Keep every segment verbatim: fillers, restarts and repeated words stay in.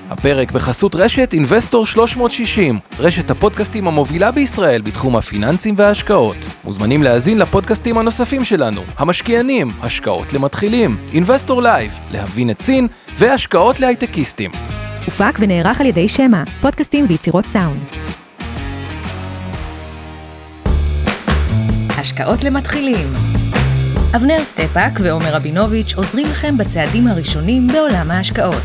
הפרק בחסות רשת אינבסטור שלוש מאות שישים, רשת הפודקאסטים המובילה בישראל בתחום הפיננסים וההשקעות. מוזמנים להאזין לפודקאסטים הנוספים שלנו, המשקיענים, השקעות למתחילים, אינבסטור לייב, להבין את סין והשקעות להייטקיסטים. הופק ונערך על ידי שמה, פודקאסטים ויצירות סאונד. השקעות למתחילים. אבנר סטפאק ועומר רבינוביץ' עוזרים לכם בצעדים הראשונים בעולם ההשקעות.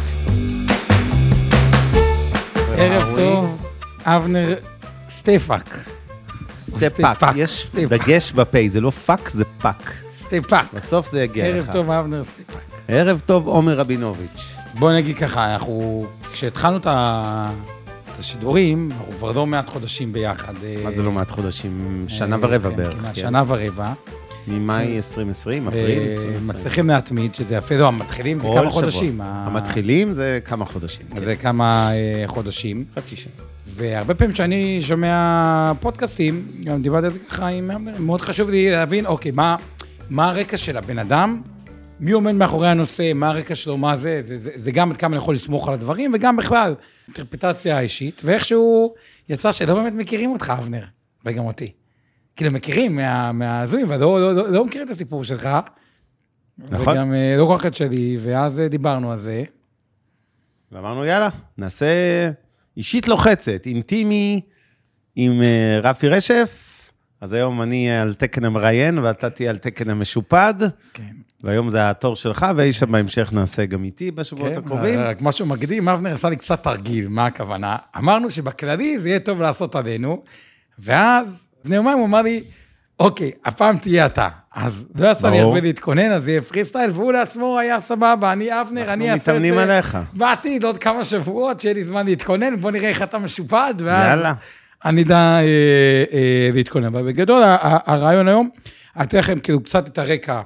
ערב טוב, אבנר סטפאק. סטפאק, יש דגש בפי, זה לא פאק, זה פאק. סטפאק. בסוף זה יגיע לך. ערב טוב, אבנר סטפאק. ערב טוב, עומר רבינוביץ'. בוא נגיד ככה, אנחנו, כשהתחלנו את השידורים, אנחנו כבר לא מעט חודשים ביחד. מה זה לא מעט חודשים? שנה ורבע בערך. שנה ורבע. ממאי עשרים עשרים, אפריל עשרים עשרים. מצליחים להתמיד, שזה יפה, לא, המתחילים זה כמה חודשים. המתחילים זה כמה חודשים. זה כמה חודשים. חצי שנה. והרבה פעמים שאני שומע פודקאסטים, גם דיברתי על זה ככה, מאוד חשוב לי להבין, אוקיי, מה, מה הרקע של הבן אדם, מי עומד מאחורי הנושא, מה הרקע שלו, מה זה, זה, זה, זה גם עד כמה אני יכול לסמוך על הדברים, וגם בכלל, אינטרפרטציה האישית, ואיכשהו יצא שלא באמת מכירים אותך, אבנר, וגם אותי. כאילו מכירים מה, מהזויים, ולא לא, לא, לא מכירים את הסיפור שלך, נכון. וגם לא כל אחד שלי, ואז דיברנו על זה. ואמרנו, יאללה, נעשה אישית לוחצת, אינטימי, עם רפי רשף, אז היום אני על תקן המראיין, ואתה תהיה על תקן המשופד, כן. והיום זה התור שלך, ואיש בהמשך נעשה גם איתי בשבועות כן, הקרובים. רק משהו מקדים, אבנר עשה לי קצת תרגיל, מה הכוונה? אמרנו שבכללי זה יהיה טוב לעשות עלינו, ואז בני יומיים הוא אמר לי, אוקיי, הפעם תהיה אתה. אז לא יצא לי הרבה להתכונן, אז יהיה פרי סטייל, והוא לעצמו היה סבבה, אני אבנר, אני אעשה את זה. אנחנו מתאמנים עליך. בעתיד, עוד כמה שבועות, שיהיה לי זמן להתכונן, בוא נראה איך אתה משופד, ואז אני אדע להתכונן. אבל בגדול, הרעיון היום, אתן לכם כאילו קצת את הרקע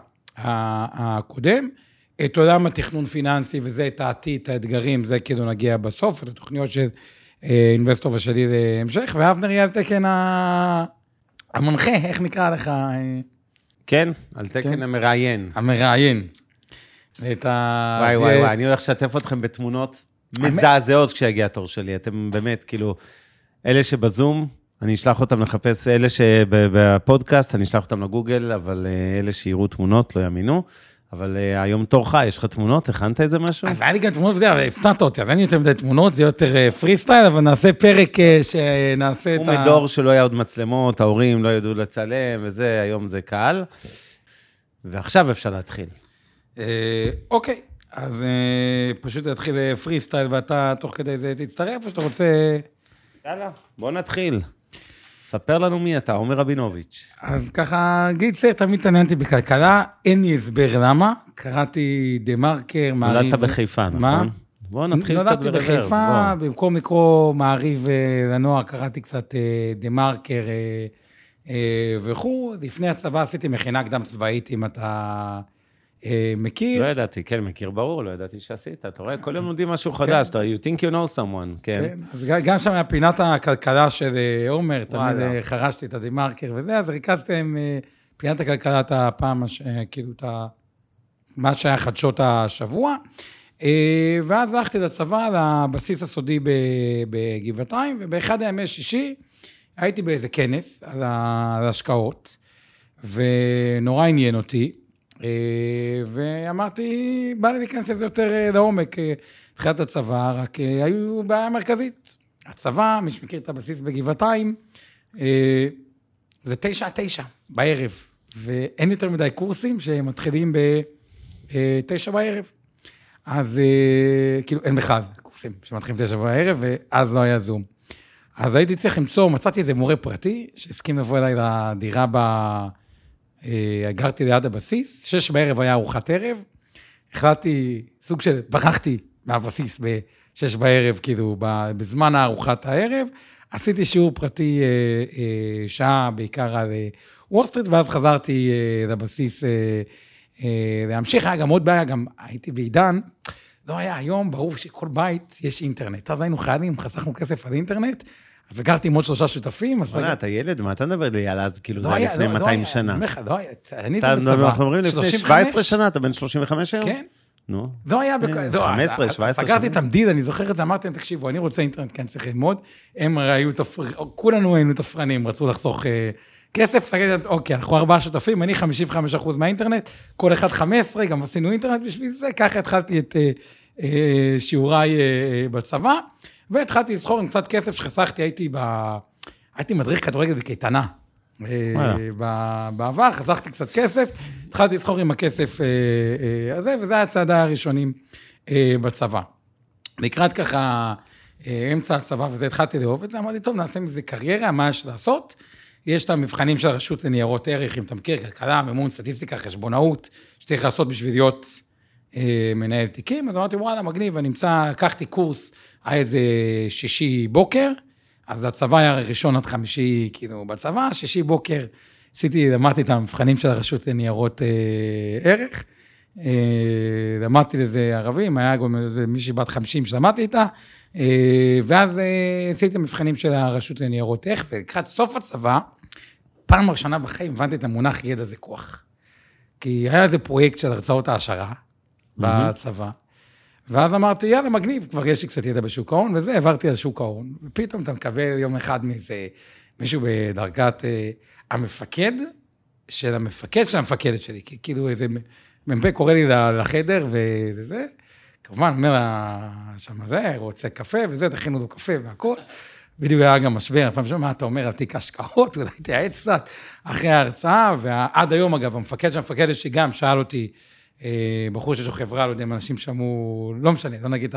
הקודם, את עולם התכנון פיננסי, וזה את העתיד, את האתגרים, זה כאילו נגיע בסוף, את התוכניות של אינבסטור ושלי להמשך, ואבנר יהיה על תקן המנחה, איך נקרא לך? כן, על תקן המראיין. המראיין. ואת ה... וואי וואי וואי, אני הולך לשתף אתכם בתמונות מזעזעות כשיגיע התור שלי, אתם באמת, כאילו, אלה שבזום, אני אשלח אותם לחפש, אלה שבפודקאסט, אני אשלח אותם לגוגל, אבל אלה שיראו תמונות לא יאמינו, אבל היום תורך, יש לך תמונות, הכנת איזה משהו? אז היה לי גם תמונות וזה, אבל הפתעת אותי, אז אין יותר מדי תמונות, זה יותר פרי סטייל, אבל נעשה פרק שנעשה את ה... הוא מדור שלא היה עוד מצלמות, ההורים לא ידעו לצלם, וזה, היום זה קהל, ועכשיו אפשר להתחיל. אוקיי, אז פשוט להתחיל פרי סטייל, ואתה תוך כדי זה תצטרף, או שאתה רוצה... יאללה, בוא נתחיל. ספר לנו מי אתה, עומר רבינוביץ'. אז ככה, גיד סר, תמיד תעניינתי בכלכלה, אין לי הסבר למה, קראתי דה מרקר, מעריב... נולדת בחיפה, נכון? מה? בוא נתחיל קצת ברוורס. נולדתי בחיפה, במקום לקרוא מעריב לנוער, קראתי קצת דה מרקר וכו'. לפני הצבא עשיתי מכינה קדם צבאית, אם אתה מכיר. לא ידעתי, כן, מכיר ברור, לא ידעתי שעשית. אתה רואה, כל יום לומדים משהו חדש, you think you know someone, כן. אז גם שם היה פינת הכלכלה של עומר, תמיד חרשתי את הדה מרקר וזה, אז ריכזתם פינת הכלכלה את הפעם, כאילו, מה שהיה חדשות השבוע, ואז הלכתי לצבא, לבסיס הסודי בגבעתיים, ובאחד הימי שישי, הייתי באיזה כנס על ההשקעות, ונורא עניין אותי, ואמרתי, בא לי להיכנס לזה יותר לעומק, תחילת הצבא, רק היו בעיה מרכזית. הצבא, מי שמכיר את הבסיס בגבעתיים, זה תשע תשע בערב, ואין יותר מדי קורסים שמתחילים בתשע בערב. אז כאילו אין בכלל קורסים שמתחילים תשע בערב, ואז לא היה זום. אז הייתי צריך למצוא, מצאתי איזה מורה פרטי, שהסכים לבוא אליי לדירה ב... גרתי ליד הבסיס, שש בערב היה ארוחת ערב, החלטתי, סוג של, ברחתי מהבסיס בשש בערב, כאילו, בזמן הארוחת הערב, עשיתי שיעור פרטי שעה, בעיקר על וול סטריט, ואז חזרתי לבסיס להמשיך, היה גם עוד בעיה, גם הייתי בעידן, לא היה היום, ברור שכל בית יש אינטרנט, אז היינו חיילים, חסכנו כסף על אינטרנט, וגרתי עם עוד שלושה שותפים. בוא'נה, אתה ילד, מה אתה מדבר לי על אז? כאילו זה היה לפני מאתיים שנה. לא היה, אני הייתי בצבא. אנחנו אומרים לפני שבע עשרה שנה, אתה בן שלושים וחמש היום? כן. נו. לא היה... חמש עשרה, שבע עשרה סגרתי את המדיד, אני זוכר את זה, אמרתי להם, תקשיבו, אני רוצה אינטרנט, כן, צריך ללמוד. הם היו תפרנים, כולנו היינו תפרנים, רצו לחסוך כסף, סגרתי, אוקיי, אנחנו ארבעה שותפים, אני חמישים וחמישה אחוז מהאינטרנט, כל אחד חמש עשרה, גם עשינו אינטרנט בשביל זה, ככה התחלתי את שיעוריי בצבא, והתחלתי לסחור עם קצת כסף שחסכתי, הייתי ב... הייתי מדריך כדורגל בקייטנה. בעבר, חסכתי קצת כסף, התחלתי לסחור עם הכסף הזה, וזה היה הצעדי הראשונים בצבא. לקראת ככה, אמצע הצבא, וזה התחלתי לאהוב את זה, אמרתי, טוב, נעשה מזה קריירה, מה יש לעשות? יש את המבחנים של הרשות לניירות ערך, אם אתה מכיר, כלכלה, מימון, סטטיסטיקה, חשבונאות, שצריך לעשות בשביל להיות מנהל תיקים, אז אמרתי, וואלה, מגניב, אני נמצא, לקחתי קורס, היה איזה שישי בוקר, אז הצבא היה ראשון עד חמישי, כאילו, בצבא, שישי בוקר, עשיתי, למדתי את המבחנים של הרשות לניירות אה, ערך, אה, למדתי לזה ערבים, היה גם מישהי בת חמישים שלמדתי איתה, אה, ואז אה, עשיתי את המבחנים של הרשות לניירות ערך, ולקראת סוף הצבא, פעם ראשונה בחיים, הבנתי את המונח ידע זה כוח. כי היה איזה פרויקט של הרצאות העשרה, בצבא, ואז אמרתי, יאללה, מגניב, כבר יש לי קצת ידע בשוק ההון, וזה, עברתי על שוק ההון, ופתאום אתה מקבל יום אחד מאיזה, מישהו בדרגת אה, המפקד, של המפקד של המפקדת שלי, כי כאילו איזה מ"פ קורא לי לחדר, וזה זה, כמובן, אומר לה, שם זה, רוצה קפה, וזה, תכינו לו קפה והכל, בדיוק היה גם משבר, פעם שמה אתה אומר על תיק השקעות, אולי תייעץ קצת, אחרי ההרצאה, ועד היום אגב, המפקד של המפקדת שגם שאל אותי, בחור שיש לו חברה, לא יודע אם אנשים שמעו, לא משנה, לא נגיד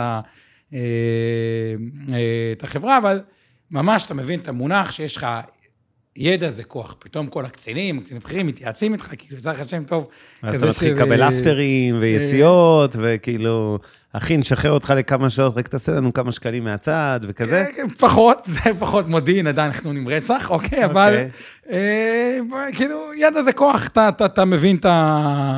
את החברה, אבל ממש אתה מבין את המונח שיש לך ידע זה כוח, פתאום כל הקצינים, הקצינים בכירים, מתייעצים איתך, כאילו יצא לך שם טוב. אז אתה מתחיל לקבל אפטרים ויציאות, וכאילו, אחי, נשחרר אותך לכמה שעות, רק תעשה לנו כמה שקלים מהצד, וכזה? פחות, זה פחות מודיעין, עדיין אנחנו עם רצח, אוקיי, אבל כאילו, ידע זה כוח, אתה מבין את ה...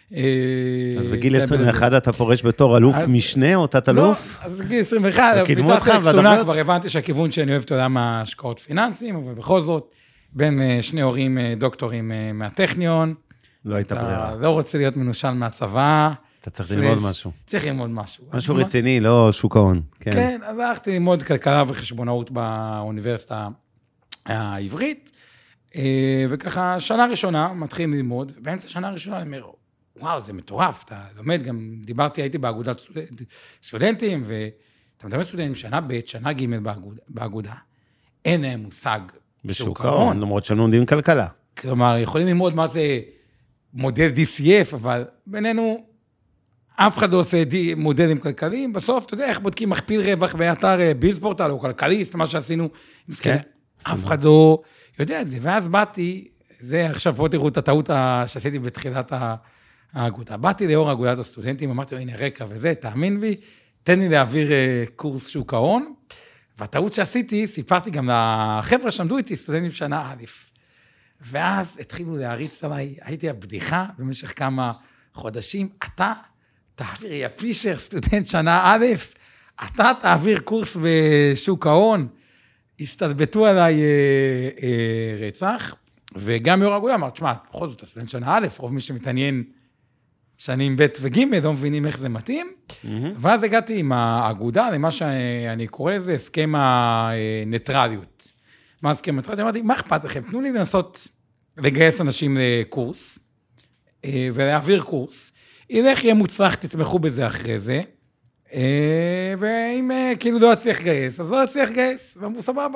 אז בגיל עשרים ואחת אתה פורש בתור אלוף משנה או תת-אלוף? לא, אז בגיל עשרים ואחת, ביטת הקצונה, כבר הבנתי שהכיוון שאני אוהב את עולם ההשקעות פיננסיים, אבל בכל זאת, בין שני הורים דוקטורים מהטכניון, לא הייתה ברירה. לא רוצה להיות מנושל מהצבא. אתה צריך ללמוד משהו. צריך ללמוד משהו. משהו רציני, לא שוק ההון. כן, אז הלכתי ללמוד כלכלה וחשבונאות באוניברסיטה העברית, וככה שנה ראשונה מתחיל ללמוד, ובאמצע שנה ראשונה אני אומר, וואו, זה מטורף, אתה לומד, גם דיברתי, הייתי באגודת סטודנטים, ואתה מדבר סטודנטים שנה ב', שנה ג' באגודה, אין להם מושג בשוק ההון, למרות שהם לומדים כלכלה. כלומר, יכולים ללמוד מה זה מודל די סי אף, אבל בינינו, אף אחד לא עושה מודלים כלכליים, בסוף, אתה יודע, איך בודקים מכפיל רווח באתר ביזפורטל או כלכליסט, מה שעשינו, אף אחד לא יודע את זה, ואז באתי, זה עכשיו פה תראו את הטעות שעשיתי בתחילת האגודה. באתי לאור אגודת הסטודנטים, אמרתי לו, הנה רקע וזה, תאמין בי, תן לי להעביר קורס שוק ההון, והטעות שעשיתי, סיפרתי גם לחבר'ה שעמדו איתי, סטודנטים שנה א', ואז התחילו להריץ עליי, הייתי הבדיחה במשך כמה חודשים, אתה תעביר, יא פישר, סטודנט שנה א', אתה תעביר קורס בשוק ההון, הסתלבטו עליי אה, אה, רצח, וגם יו"ר האגודה אמר, תשמע, בכל זאת, הסטודנט שנה א', רוב מי שמתעניין שנים ב' וג', לא מבינים איך זה מתאים, mm-hmm. ואז הגעתי עם האגודה, למה שאני קורא לזה, הסכם הניטרליות. מה הסכם הניטרליות? אמרתי, מה אכפת לכם? תנו לי לנסות לגייס אנשים לקורס, אה, ולהעביר קורס, ילך יהיה מוצלח, תתמכו בזה אחרי זה, ואם כאילו לא אצליח לגייס, אז לא אצליח לגייס, ואמרו סבבה.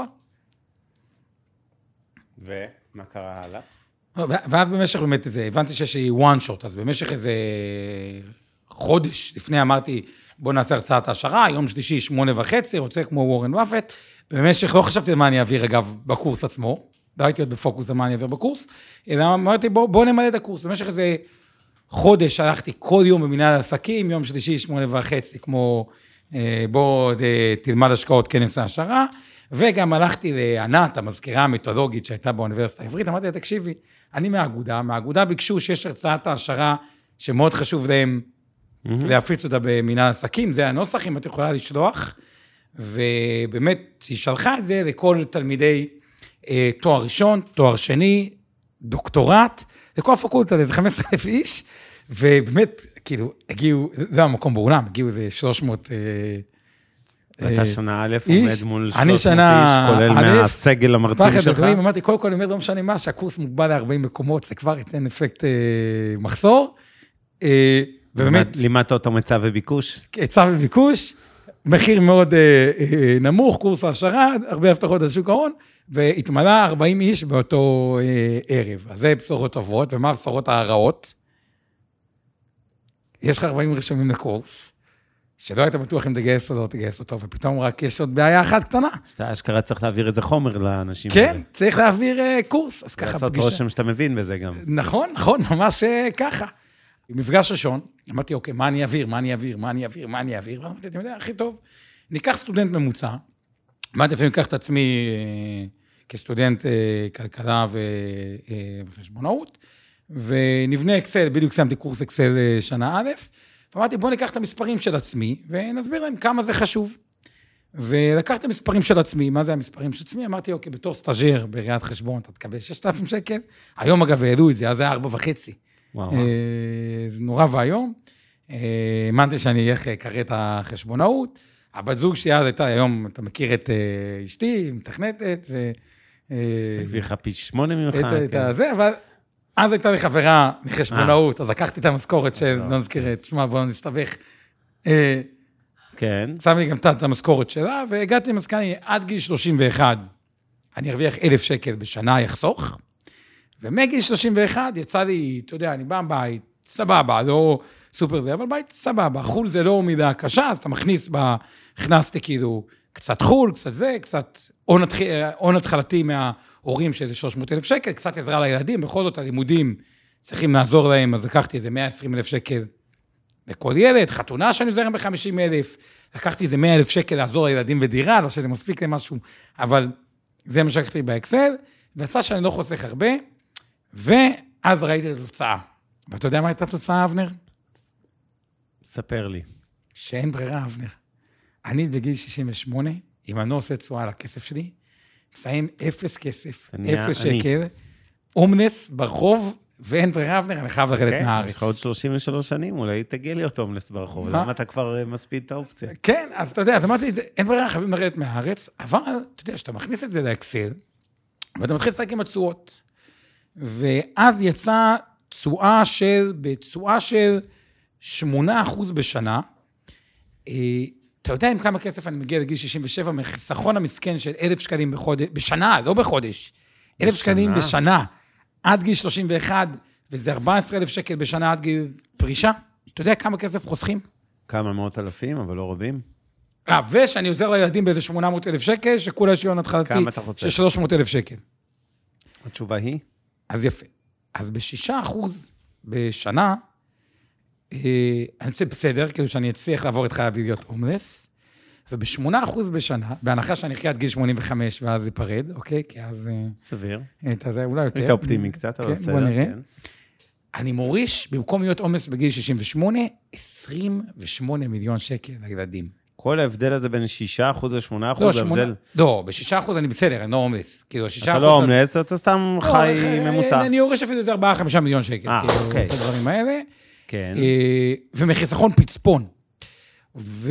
ומה קרה הלאה? ואז במשך באמת איזה, הבנתי שיש לי one shot, אז במשך איזה חודש לפני אמרתי, בוא נעשה הרצאת העשרה, יום שלישי, שמונה וחצי, רוצה כמו וורן באפט, במשך, לא חשבתי על מה אני אעביר אגב בקורס עצמו, לא הייתי עוד בפוקוס על מה אני אעביר בקורס, אלא אמרתי בוא, בוא נמלא את הקורס, במשך איזה חודש הלכתי כל יום במנהל העסקים, יום שלישי, שמונה וחצי, כמו בוא תלמד השקעות כנס העשרה, וגם הלכתי לענת, המזכירה המיתולוגית שהייתה באוניברסיטה העברית, אמרתי לה, תקשיבי, אני מהאגודה, מהאגודה ביקשו שיש הרצאת העשרה שמאוד חשוב להם להפיץ אותה במנהל העסקים, זה הנוסח, אם את יכולה לשלוח, ובאמת היא שלחה את זה לכל תלמידי תואר ראשון, תואר שני, דוקטורט, לכל הפקולטה, לאיזה חמישה עשר אלף איש, ובאמת, כאילו, הגיעו, זה המקום בעולם, הגיעו איזה שלוש מאות... ואתה שנה א' עומד מול שלוש מאות שנה איש, כולל מהסגל המרצים שלך. אמרתי, קודם כל, אני אומר, לא משנה מה, שהקורס מוגבל ל-ארבעים מקומות, זה כבר ייתן אפקט מחסור. ובאמת... לימדת אותו מצב וביקוש? מצב וביקוש, מחיר מאוד נמוך, קורס העשרה, הרבה הבטחות על שוק ההון, והתמלא ארבעים איש באותו ערב. אז זה בשורות טובות, ומה הבשורות הרעות? יש לך ארבעים רשומים לקורס, שלא היית בטוח אם תגייס או לא תגייס אותו, ופתאום רק יש עוד בעיה אחת קטנה. שאתה אשכרה צריך להעביר איזה חומר לאנשים. כן, צריך להעביר קורס, אז ככה פגישה. לעשות רושם שאתה מבין בזה גם. נכון, נכון, ממש ככה. במפגש ראשון, אמרתי, אוקיי, מה אני אעביר, מה אני אעביר, מה אני אעביר, מה אני אעביר, ואמרתי, אתם יודעים, הכי טוב, ניקח סטודנט ממוצע, אמרתי, אפילו ניקח את עצמי כסטודנט כלכלה וחשבונאות, ונבנה אקסל, בדיוק סיימתי קורס אקסל שנה א', ואמרתי, בואו ניקח את המספרים של עצמי, ונסביר להם כמה זה חשוב. ולקח את המספרים של עצמי, מה זה המספרים של עצמי? אמרתי, אוקיי, בתור סטאז'ר בראיית חשבון, אתה תקבל ששת אלפים שקל, היום אגב העלו את זה, אז זה ארבע וחצי. וואו. זה נורא והיום. האמנתי שאני איך קרא את החשבונאות, הבת זוג שלי אז הייתה, היום אתה מכיר את אשתי, מתכנתת, ו... הביא לך פי שמונה ממך. את זה, אבל... אז הייתה לי חברה מחשבונאות, אז לקחתי את המשכורת של, לא נזכיר, תשמע, בואו נסתבך. כן. שם לי גם את המשכורת שלה, והגעתי למסקנה, עד גיל שלושים ואחת, אני ארוויח אלף שקל בשנה יחסוך, ומגיל שלושים ואחת יצא לי, אתה יודע, אני בא בבית, סבבה, לא סופר זה, אבל בית סבבה, חול זה לא מידה קשה, אז אתה מכניס בה, הכנסתי כאילו קצת חול, קצת זה, קצת עון התחלתי מההורים שזה שלוש מאות אלף שקל, קצת עזרה לילדים, בכל זאת הלימודים צריכים לעזור להם, אז לקחתי איזה מאה ועשרים אלף שקל לכל ילד, חתונה שאני עוזר ב-חמישים אלף, לקחתי איזה מאה אלף שקל לעזור לילדים ודירה, לא שזה מספיק למשהו, אבל זה מה שלקחתי באקסל, ויצא שאני לא חוסך הרבה, ואז ראיתי את התוצאה. ואתה יודע מה הייתה התוצאה, אבנר? ספר לי. שאין ברירה, אבנר. אני בגיל שישים ושמונה, אם אני לא עושה תשואה על הכסף שלי, מסיים אפס כסף, אפס שקל, אומנס ברחוב, ואין ברירה, אבנר, אני חייב לרדת מהארץ. יש לך עוד שלושים ושלוש שנים, אולי תגיע להיות אומנס ברחוב, למה אתה כבר מספיד את האופציה? כן, אז אתה יודע, אז אמרתי, אין ברירה, חייבים לרדת מהארץ, אבל אתה יודע, שאתה מכניס את זה לאקסל, ואתה מתחיל לשחק עם התשואות, ואז יצא תשואה של, בתשואה של שמונה אחוז בשנה, אתה יודע עם כמה כסף אני מגיע לגיל שישים ושבע, מחיסכון המסכן של אלף שקלים בחודש, בשנה, לא בחודש, אלף שקלים בשנה, עד גיל שלושים ואחת, וזה ארבעה עשר אלף שקל בשנה עד גיל פרישה, אתה יודע כמה כסף חוסכים? כמה מאות אלפים, אבל לא רבים. אה, ושאני עוזר לילדים באיזה שמונה מאות אלף שקל, שכולה יש יון התחלתי של שלוש מאות אלף שקל. התשובה היא? אז יפה. אז בשישה אחוז בשנה, אני חושב בסדר, כאילו שאני אצליח לעבור את חיי להיות הומלס, ובשמונה אחוז בשנה, בהנחה שאני אחיה עד גיל שמונים וחמש, ואז ייפרד, אוקיי? כי אז... סביר. זה אולי יותר. היית אופטימי קצת, אבל בסדר. בוא נראה. אני מוריש, במקום להיות הומלס בגיל שישים ושמונה, עשרים ושמונה מיליון שקל לילדים. כל ההבדל הזה בין שישה אחוז ל-שמונה אחוז, ההבדל... לא, בשישה אחוז אני בסדר, אני לא הומלס. כאילו, שישה אחוז... אתה לא הומלס, אתה סתם חי ממוצע. אני יורש אפילו איזה ארבעה חמישה מיליון שקל. אה, אוקיי. את הדברים האלה. כן. ומחיסכון פצפון. ו...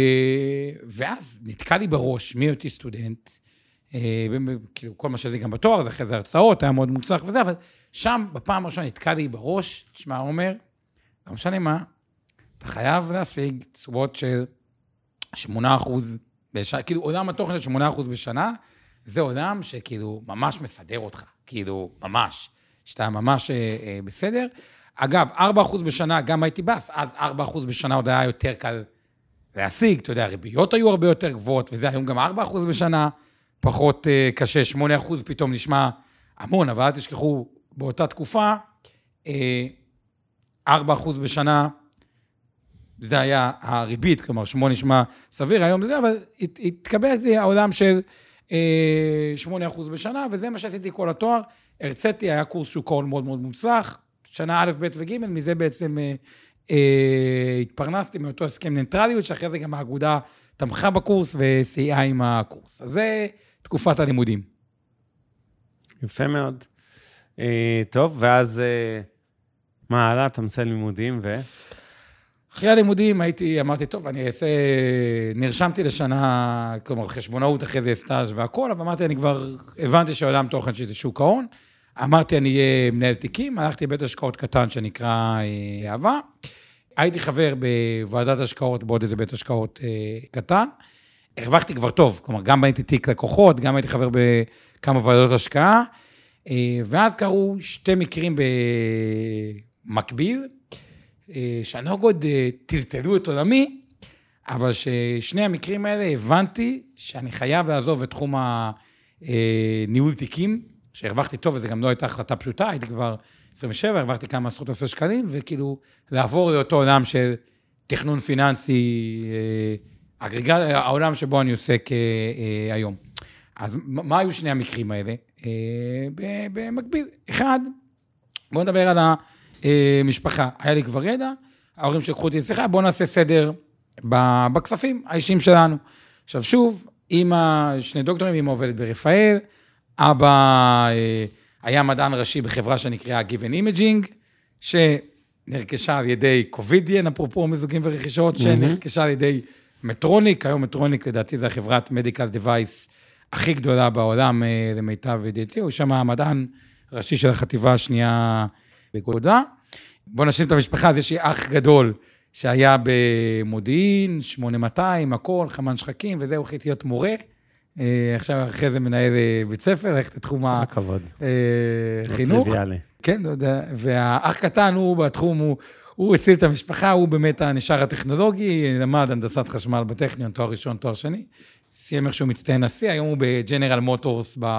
ואז נתקע לי בראש, מי אותי סטודנט, כאילו כל מה שזה גם בתואר, זה אחרי זה הרצאות, היה מאוד מוצלח וזה, אבל שם בפעם הראשונה נתקע לי בראש, תשמע, עומר, לא משנה מה, אתה חייב להשיג תשואות של שמונה אחוז בשנה, כאילו עולם התוכן של שמונה אחוז בשנה, זה עולם שכאילו ממש מסדר אותך, כאילו ממש, שאתה ממש אה, בסדר. אגב, ארבעה אחוז בשנה, גם הייתי בס, אז ארבעה אחוז בשנה עוד היה יותר קל להשיג, אתה יודע, הריביות היו הרבה יותר גבוהות, וזה היום גם ארבעה אחוז בשנה, פחות uh, קשה, שמונה אחוז פתאום נשמע המון, אבל תשכחו באותה תקופה, uh, ארבעה אחוז בשנה, זה היה הריבית, כלומר, שמונה נשמע סביר היום לזה, אבל הת, התקבל את זה העולם של uh, שמונה אחוז בשנה, וזה מה שעשיתי כל התואר, הרציתי, היה קורס שוק ההון מאוד מאוד מוצלח, שנה א', ב' וג', מזה בעצם אה, אה, התפרנסתי מאותו הסכם ניטרליות, שאחרי זה גם האגודה תמכה בקורס וסייעה עם הקורס. אז זה תקופת הלימודים. יפה מאוד. אה, טוב, ואז אה, מה, הלאה, אתה מסיים לימודים ו... אחרי הלימודים הייתי, אמרתי, טוב, אני אעשה, נרשמתי לשנה, כלומר, חשבונאות, אחרי זה סטאז' והכל, אבל אמרתי, אני כבר הבנתי שעולם תוכן שזה שוק ההון, אמרתי, אני אהיה מנהל תיקים, הלכתי לבית השקעות קטן שנקרא אהבה, הייתי חבר בוועדת השקעות, בעוד איזה בית השקעות קטן, הרווחתי כבר טוב, כלומר, גם בניתי תיק לקוחות, גם הייתי חבר בכמה ועדות השקעה, ואז קרו שתי מקרים במקביל, שאני עוד טלטלו את עולמי, אבל ששני המקרים האלה הבנתי שאני חייב לעזוב את תחום הניהול תיקים, שהרווחתי טוב, וזה גם לא הייתה החלטה פשוטה, הייתי כבר עשרים ושבע, הרווחתי כמה עשרות אלפי שקלים, וכאילו לעבור לאותו עולם של תכנון פיננסי, אגרגל, העולם שבו אני עוסק היום. אז מה היו שני המקרים האלה? במקביל, אחד, בואו נדבר על המשפחה, היה לי כבר ידע, ההורים שלקחו אותי לשיחה, בואו נעשה סדר בכספים האישיים שלנו. עכשיו שוב, אמא, שני דוקטורים, אמא עובדת ברפאל, אבא היה מדען ראשי בחברה שנקראה Given Imaging, שנרכשה על ידי קובידיאן, אפרופו מזוגים ורכישות, שנרכשה על ידי מטרוניק, היום מטרוניק לדעתי זה החברת מדיקל דיווייס הכי גדולה בעולם למיטב ידיעתי, הוא שם המדען ראשי של החטיבה השנייה בגודלה. בואו נשלים את המשפחה, אז יש לי אח גדול שהיה במודיעין, שמונה מאתיים, הכל, חמן שחקים, וזהו, החליט להיות מורה. עכשיו אחרי זה מנהל בית ספר, הלכת לתחום הכבוד. החינוך. כן, לא יודע. והאח קטן הוא בתחום, הוא, הוא הציל את המשפחה, הוא באמת הנשאר הטכנולוגי, למד הנדסת חשמל בטכניון, תואר ראשון, תואר שני. סיים איך שהוא מצטיין נשיא, היום הוא בג'נרל מוטורס, ב...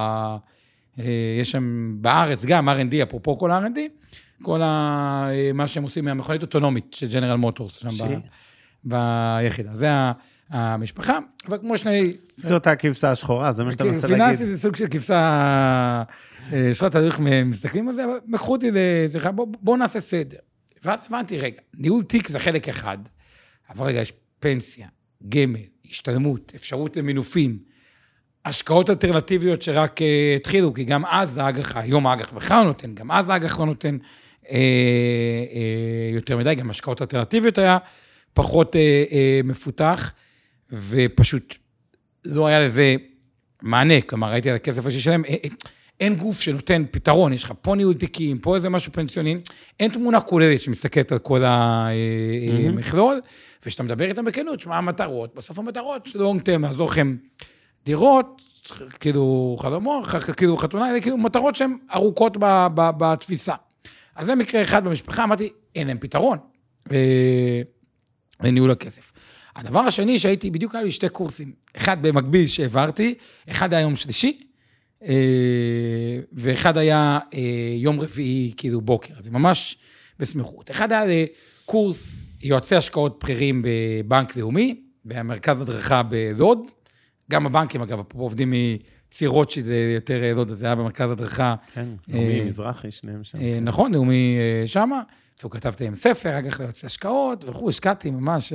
יש שם בארץ גם אר אנד די, אפרופו כל אר אנד די, כל ה... מה שהם עושים מהמכונית אוטונומית של ג'נרל מוטורס, שם ב... ביחידה. זה המשפחה, וכמו שני... זאת אותה כבשה השחורה, זה מה שאתה מנסה להגיד. פיננסי זה סוג של כבשה שחורת, תדריך מסתכלים על זה, אבל לקחו אותי לשיחה, בואו נעשה סדר. ואז הבנתי, רגע, ניהול תיק זה חלק אחד, אבל רגע, יש פנסיה, גמל, השתלמות, אפשרות למינופים, השקעות אלטרנטיביות שרק התחילו, כי גם אז האג"ח, היום האג"ח בכלל נותן, גם אז האג"ח לא נותן יותר מדי, גם השקעות אלטרנטיביות היה פחות מפותח, ופשוט לא היה לזה מענה, כלומר, ראיתי על הכסף השי שלהם, אין גוף שנותן פתרון, יש לך פה ניהול תיקים, פה איזה משהו פנסיוני, אין תמונה כוללת שמסתכלת על כל המכלול, ושאתה מדבר איתם בכנות, שמה המטרות, בסוף המטרות של לונג טרם, לעזור לכם דירות, כאילו חלומות, כאילו חתונה, אלה כאילו מטרות שהן ארוכות בתפיסה. אז זה מקרה אחד במשפחה, אמרתי, אין להם פתרון לניהול הכסף. הדבר השני שהייתי, בדיוק היה לי שתי קורסים, אחד במקביל שהעברתי, אחד היה יום שלישי, ואחד היה יום רביעי, כאילו בוקר, אז זה ממש בסמיכות. אחד היה קורס יועצי השקעות בכירים בבנק לאומי, במרכז הדרכה בלוד, גם הבנקים, אגב, פה עובדים מצירות שזה יותר לוד, זה היה במרכז הדרכה. כן, לאומי מזרחי, שניהם שם. נכון, לאומי שמה, והוא כתבתי עם ספר, אגב, ליועצי השקעות, וכו', השקעתי ממש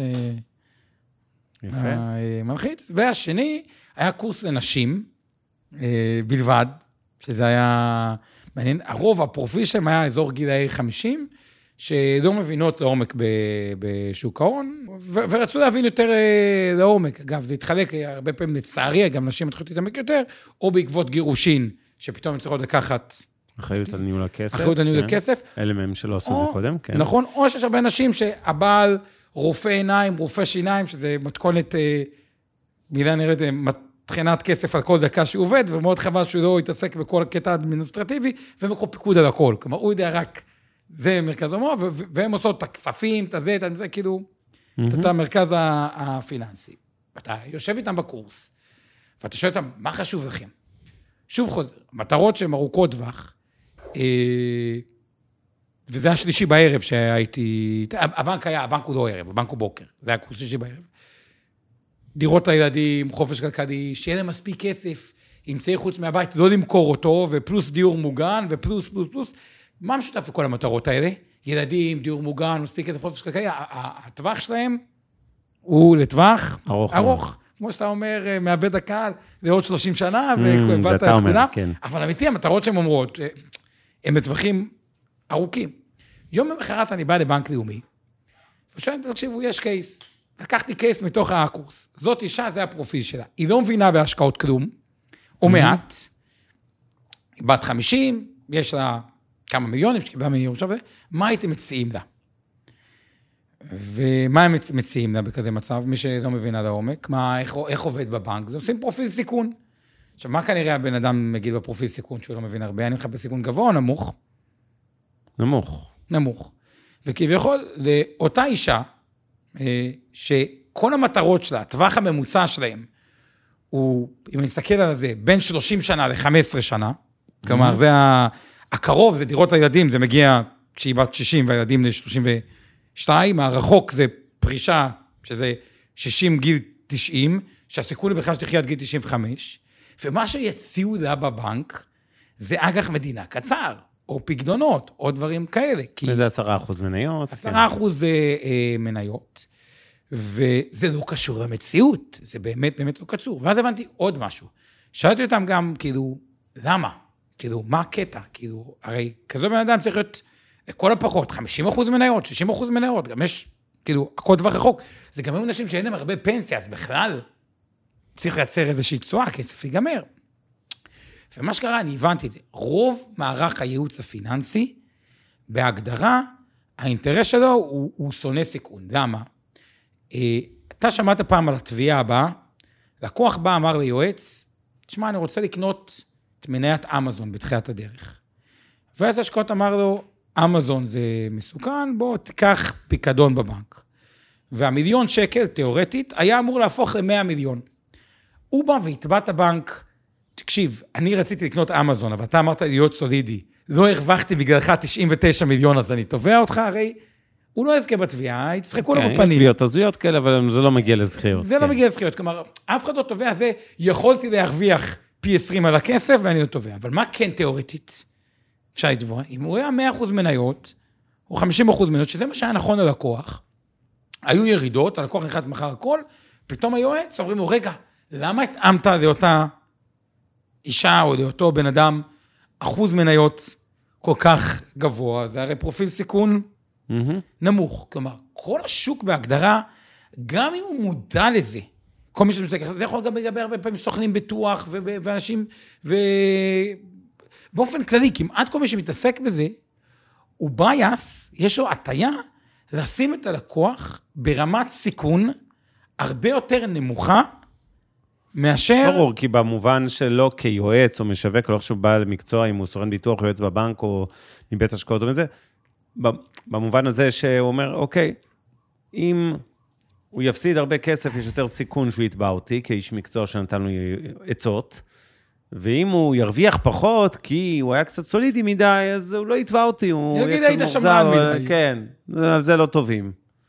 מלחיץ. והשני היה קורס לנשים, בלבד, שזה היה מעניין, הרוב הפרופיל שלהם היה אזור גילאי חמישים, שלא מבינות לעומק בשוק ההון, ורצו להבין יותר לעומק. אגב, זה התחלק הרבה פעמים לצערי, גם נשים מתחילות להתעמק יותר, או בעקבות גירושין, שפתאום הם צריכות לקחת... אחריות על ניהול הכסף. אחריות על ניהול הכסף. אלה מהם שלא עשו את זה קודם, כן. נכון, או שיש הרבה נשים שהבעל רופא עיניים, רופא שיניים, שזה מתכונת, מילה נראית, תחינת כסף על כל דקה שהוא עובד, ומאוד חבל שהוא לא יתעסק בכל הקטע האדמיניסטרטיבי, והם יקחו פיקוד על הכל. כלומר, הוא יודע רק, זה מרכז המוח, והם עושות את הכספים, את הזה, את זה, כאילו, את המרכז הפיננסי. ואתה יושב איתם בקורס, ואתה שואל אותם, מה חשוב לכם? שוב חוזר, מטרות שהן ארוכות טווח, וזה השלישי בערב שהייתי, הבנק היה, הבנק הוא לא ערב, הבנק הוא בוקר, זה היה קורס שלישי בערב. דירות לילדים, חופש כלכלי, שיהיה להם מספיק כסף, ימצאי חוץ מהבית, לא למכור אותו, ופלוס דיור מוגן, ופלוס, פלוס, פלוס. מה משותף לכל המטרות האלה? ילדים, דיור מוגן, מספיק כסף, חופש כלכלי, הטווח שלהם הוא לטווח ארוך. ארוך. כמו שאתה אומר, מאבד הקהל, לעוד שלושים שנה, ובאת את כולם. אבל אמיתי, המטרות שהן אומרות, הן בטווחים ארוכים. יום למחרת אני בא לבנק לאומי, ושואלת, תקשיבו, יש קייס. לקחתי קייס מתוך הקורס. זאת אישה, זה הפרופיל שלה. היא לא מבינה בהשקעות כלום, או מעט, היא בת חמישים, יש לה כמה מיליונים, שקיבלה מיליון שווה, מה הייתם מציעים לה? ומה הם מציעים לה בכזה מצב? מי שלא מבין עד העומק, מה, איך, איך עובד בבנק? זה עושים פרופיל סיכון. עכשיו, מה כנראה הבן אדם מגיד בפרופיל סיכון שהוא לא מבין הרבה? אני מחפש סיכון גבוה או נמוך? נמוך. נמוך. וכביכול, לאותה אישה, שכל המטרות שלה, הטווח הממוצע שלהם, הוא, אם אני אסתכל על זה, בין שלושים שנה ל-חמש עשרה שנה, כלומר, זה הקרוב, זה דירות הילדים, זה מגיע כשהיא בת שישים והילדים ל-שלושים ושתיים, הרחוק זה פרישה, שזה שישים גיל תשעים, שהסיכון היא בכלל שתחיה עד גיל תשעים וחמש, ומה שיציעו לה בבנק, זה אג"ח מדינה קצר, או פקדונות, או דברים כאלה. וזה עשרה אחוז מניות. עשרה אחוז אה, מניות, וזה לא קשור למציאות, זה באמת באמת לא קשור. ואז הבנתי עוד משהו. שאלתי אותם גם, כאילו, למה? כאילו, מה הקטע? כאילו, הרי כזו בן אדם צריך להיות כל הפחות, חמישים אחוז מניות, שישים אחוז מניות, גם יש, כאילו, הכל דבר רחוק. זה גם היו אנשים שאין להם הרבה פנסיה, אז בכלל צריך לייצר איזושהי תשואה, כסף ייגמר. ומה שקרה, אני הבנתי את זה. רוב מערך הייעוץ הפיננסי, בהגדרה, האינטרס שלו הוא, הוא שונא סיכון. למה? אתה שמעת פעם על התביעה הבאה, לקוח בא אמר ליועץ, תשמע, אני רוצה לקנות את מניית אמזון בתחילת הדרך. ואז השקעות אמר לו, אמזון זה מסוכן, בוא תיקח פיקדון בבנק. והמיליון שקל, תיאורטית, היה אמור להפוך ל-מאה מיליון. הוא בא והתבע את הבנק, תקשיב, אני רציתי לקנות אמזון, אבל אתה אמרת להיות סולידי, לא הרווחתי בגללך תשעים ותשעה מיליון, אז אני תובע אותך, הרי הוא לא יזכה בתביעה, יצחקו לו בפנים. יש תביעות הזויות כאלה, אבל זה לא מגיע לזכיות. זה לא מגיע לזכיות, כלומר, אף אחד לא תובע, זה יכולתי להרוויח פי עשרים על הכסף, ואני לא תובע. אבל מה כן תיאורטית אפשר לתבוע? אם הוא היה מאה אחוז מניות, או חמישים אחוז מניות, שזה מה שהיה נכון ללקוח, היו ירידות, הלקוח נכנס מחר הכל, פתאום היועץ, אומרים לו, רגע, למה התאמת לאותה אישה או לאותו בן אדם אחוז מניות כל כך גבוה? זה הרי פרופיל סיכון נמוך. כלומר, כל השוק בהגדרה, גם אם הוא מודע לזה, כל מי שמתעסק, זה יכול גם לגבי הרבה פעמים סוכנים ביטוח ואנשים, ובאופן כללי, כמעט כל מי שמתעסק בזה, הוא בייס, יש לו הטיה, לשים את הלקוח ברמת סיכון הרבה יותר נמוכה, מאשר... ברור, כי במובן שלא כיועץ או משווק, לא חשוב בעל מקצוע, אם הוא סוכן ביטוח, יועץ בבנק או מבית השקעות או מזה, במובן הזה שהוא אומר, אוקיי, אם הוא יפסיד הרבה כסף, יש יותר סיכון שהוא יתבע אותי, כאיש מקצוע שנתן לו עצות, ואם הוא ירוויח פחות, כי הוא היה קצת סולידי מדי, אז הוא לא יתבע אותי, הוא יגיד, היית שמרן מדי. כן, על זה לא טובים.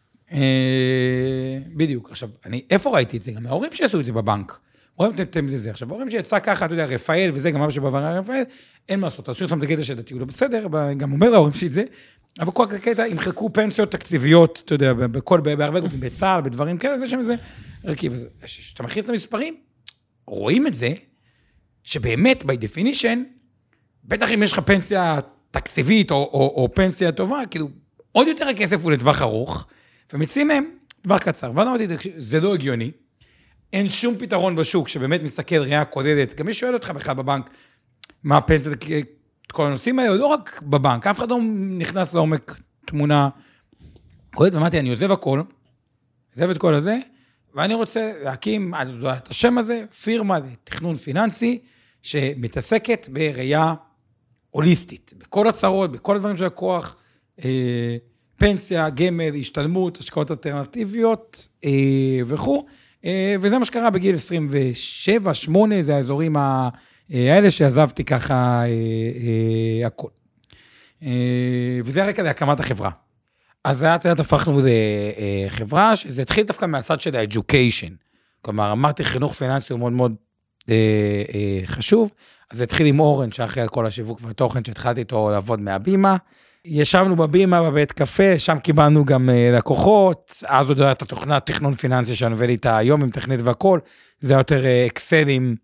בדיוק, עכשיו, אני, איפה ראיתי את זה? גם ההורים שעשו את זה בבנק. רואים אתם זה זה. עכשיו, ההורים שיצא ככה, אתה יודע, רפאל וזה, גם אבא שבעבר היה רפאל, אין מה לעשות. אז שוב שם את הקטע שדעתי, הוא לא בסדר, גם אומר להורים שלי את זה, אבל כל הקטע, אם חלקו פנסיות תקציביות, אתה יודע, בכל, בהרבה גופים, בצה"ל, בדברים כאלה, זה שם איזה רכיב. אז כשאתה מכניס את המספרים, רואים את זה, שבאמת, by definition, בטח אם יש לך פנסיה תקציבית, או, או, או פנסיה טובה, כאילו, עוד יותר הכסף הוא לטווח ארוך, ומציעים מהם טווח קצר. ואני אמרתי, זה לא הגיוני, אין שום פתרון בשוק שבאמת מסתכל ראייה כוללת, גם מי שואל אותך בכלל בבנק, מה הפנסיה, את כל הנושאים האלה, לא רק בבנק, אף אחד לא נכנס לעומק תמונה, כוללת, ואמרתי, אני עוזב הכל, עוזב את כל הזה, ואני רוצה להקים, את השם הזה, פירמה לתכנון פיננסי, שמתעסקת בראייה הוליסטית, בכל הצרות, בכל הדברים של הכוח, אה, פנסיה, גמל, השתלמות, השקעות אלטרנטיביות וכו'. וזה מה שקרה בגיל עשרים ושבע שמונה, זה האזורים האלה שעזבתי ככה הכל. וזה הרקע להקמת החברה. אז לאט לאט הפכנו לחברה, שזה התחיל דווקא מהצד של ה-education. כלומר, אמרתי, חינוך פיננסי הוא מאוד מאוד חשוב, אז זה התחיל עם אורן, שאחרי כל השיווק והתוכן שהתחלתי איתו לעבוד מהבימה, ישבנו בבימה, בבית קפה, שם קיבלנו גם לקוחות, אז עוד הייתה תוכנת תכנון פיננסי שאני עובד איתה היום עם תכנית והכל, זה יותר אקסלים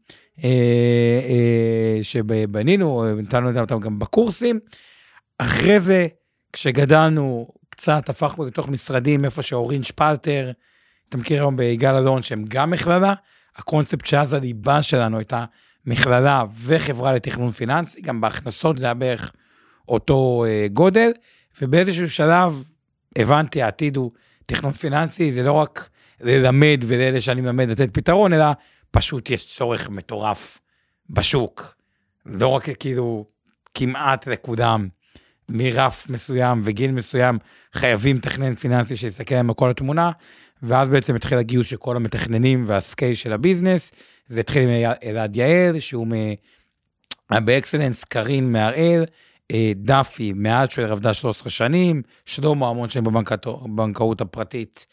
שבנינו, נתנו אותם גם בקורסים, אחרי זה כשגדלנו קצת, הפכנו לתוך משרדים, איפה שאורין שפלטר, אתה מכיר היום ביגאל אלון, שהם גם מכללה, הקונספט שאז הליבה שלנו הייתה מכללה וחברה לתכנון פיננסי, גם בהכנסות זה היה בערך אותו uh, גודל, ובאיזשהו שלב הבנתי, העתיד הוא תכנון פיננסי, זה לא רק ללמד ולאלה שאני מלמד לתת פתרון, אלא פשוט יש צורך מטורף בשוק, לא רק כאילו כמעט לקודם, מרף מסוים וגיל מסוים, חייבים תכנן פיננסי שיסתכל עם כל התמונה, ואז בעצם התחיל הגיוס של כל המתכננים והסקייל של הביזנס, זה התחיל עם אלעד יעל, שהוא באקסלנס, קרין מהראל, דפי, מעט שהוא עבדה שלוש עשרה שנים, שלמה המון שנים בבנקאות הפרטית,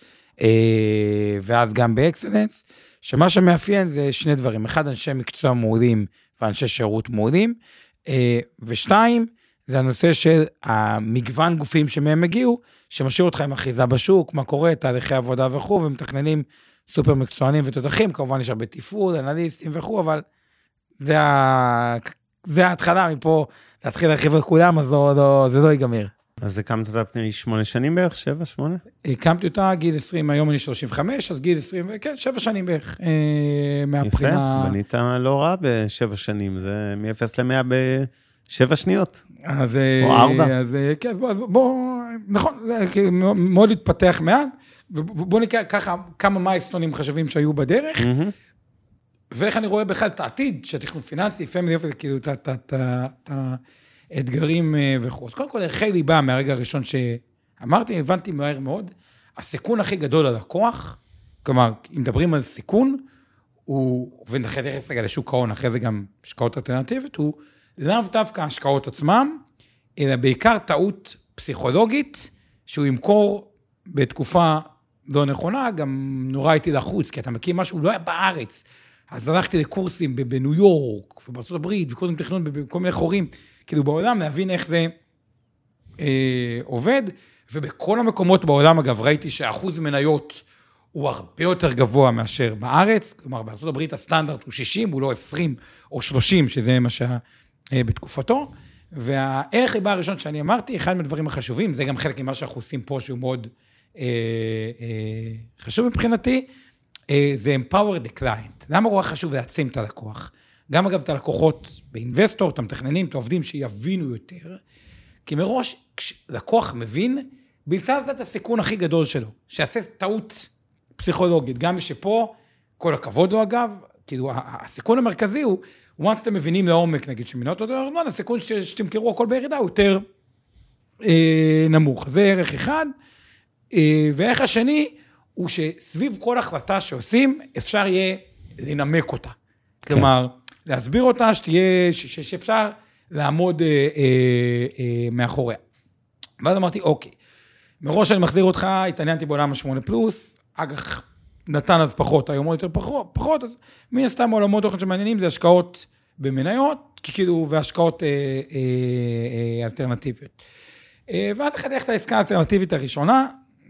ואז גם באקסלנס, שמה שמאפיין זה שני דברים, אחד אנשי מקצוע מעולים, ואנשי שירות מעולים, ושתיים, זה הנושא של המגוון גופים שמהם הגיעו, שמשאיר אותך עם אחיזה בשוק, מה קורה, תהליכי עבודה וכו', ומתכננים סופר מקצוענים ותודחים, כמובן יש הרבה תפעול, אנליסטים וכו', אבל זה, ה... זה ההתחלה, מפה להתחיל להרחיב על כולם, אז לא, לא, זה לא ייגמר. אז הקמת אותה לפני שמונה שנים בערך, שבע, שמונה? הקמתי אותה גיל עשרים, היום אני שלושים וחמש, אז גיל עשרים, כן, שבע שנים בערך, אה, מהבחינה... יפה, בנית לא רע בשבע שנים, זה מ-אפס למאה בשבע שניות. אז, או ארבע. אז, כן, אז בוא, בוא, נכון, מאוד התפתח מאז, ובוא נקרא ככה כמה מייסטונים חשבים שהיו בדרך, Mm-hmm. ואיך אני רואה בכלל את העתיד, שהתכנון פיננסי, פמילי אופן, כאילו, את האתגרים וכו'. אז קודם כל, ערכי ליבה מהרגע הראשון שאמרתי, הבנתי מהר מאוד, הסיכון הכי גדול ללקוח, כלומר, אם מדברים על סיכון, הוא, ונתחיל להתייחס רגע לשוק ההון, אחרי זה גם השקעות אלטרנטיביות, הוא לאו דווקא השקעות עצמם, אלא בעיקר טעות פסיכולוגית, שהוא ימכור בתקופה לא נכונה, גם נורא הייתי לחוץ, כי אתה מכיר משהו, לא היה בארץ, אז הלכתי לקורסים בניו יורק, ובארצות הברית, וקורסים תכנון בכל מיני חורים, כאילו בעולם, להבין איך זה אה, עובד, ובכל המקומות בעולם, אגב, ראיתי שאחוז מניות הוא הרבה יותר גבוה מאשר בארץ, כלומר, בארצות הברית הסטנדרט הוא שישים, הוא לא עשרים או שלושים, שזה מה שהיה אה, בתקופתו, והערך ליבה הראשון שאני אמרתי, אחד מהדברים החשובים, זה גם חלק ממה שאנחנו עושים פה, שהוא מאוד אה, אה, חשוב מבחינתי, זה empower the client. למה הוא חשוב להעצים את הלקוח? גם אגב את הלקוחות באינבסטור, את המתכננים, את העובדים שיבינו יותר, כי מראש, כשלקוח מבין, בלתה את הסיכון הכי גדול שלו, שיעשה טעות פסיכולוגית, גם שפה, כל הכבוד לו אגב, כאילו הסיכון המרכזי הוא, once אתם מבינים לעומק, נגיד שמיניות אותו, לא, הסיכון שתמכרו הכל בירידה הוא יותר אה, נמוך. זה ערך אחד, אה, וערך השני, הוא שסביב כל החלטה שעושים, אפשר יהיה לנמק אותה. כן. כלומר, להסביר אותה, שתהיה, ש- ש- שאפשר לעמוד אה, אה, אה, מאחוריה. ואז אמרתי, אוקיי, מראש אני מחזיר אותך, התעניינתי בעולם השמונה פלוס, אגח נתן אז פחות, היום עוד יותר פחות, פחות, אז מן הסתם עולמות תוכן שמעניינים, זה השקעות במניות, כאילו, והשקעות אה, אה, אה, אלטרנטיביות. אה, ואז אחת איך את העסקה האלטרנטיבית הראשונה,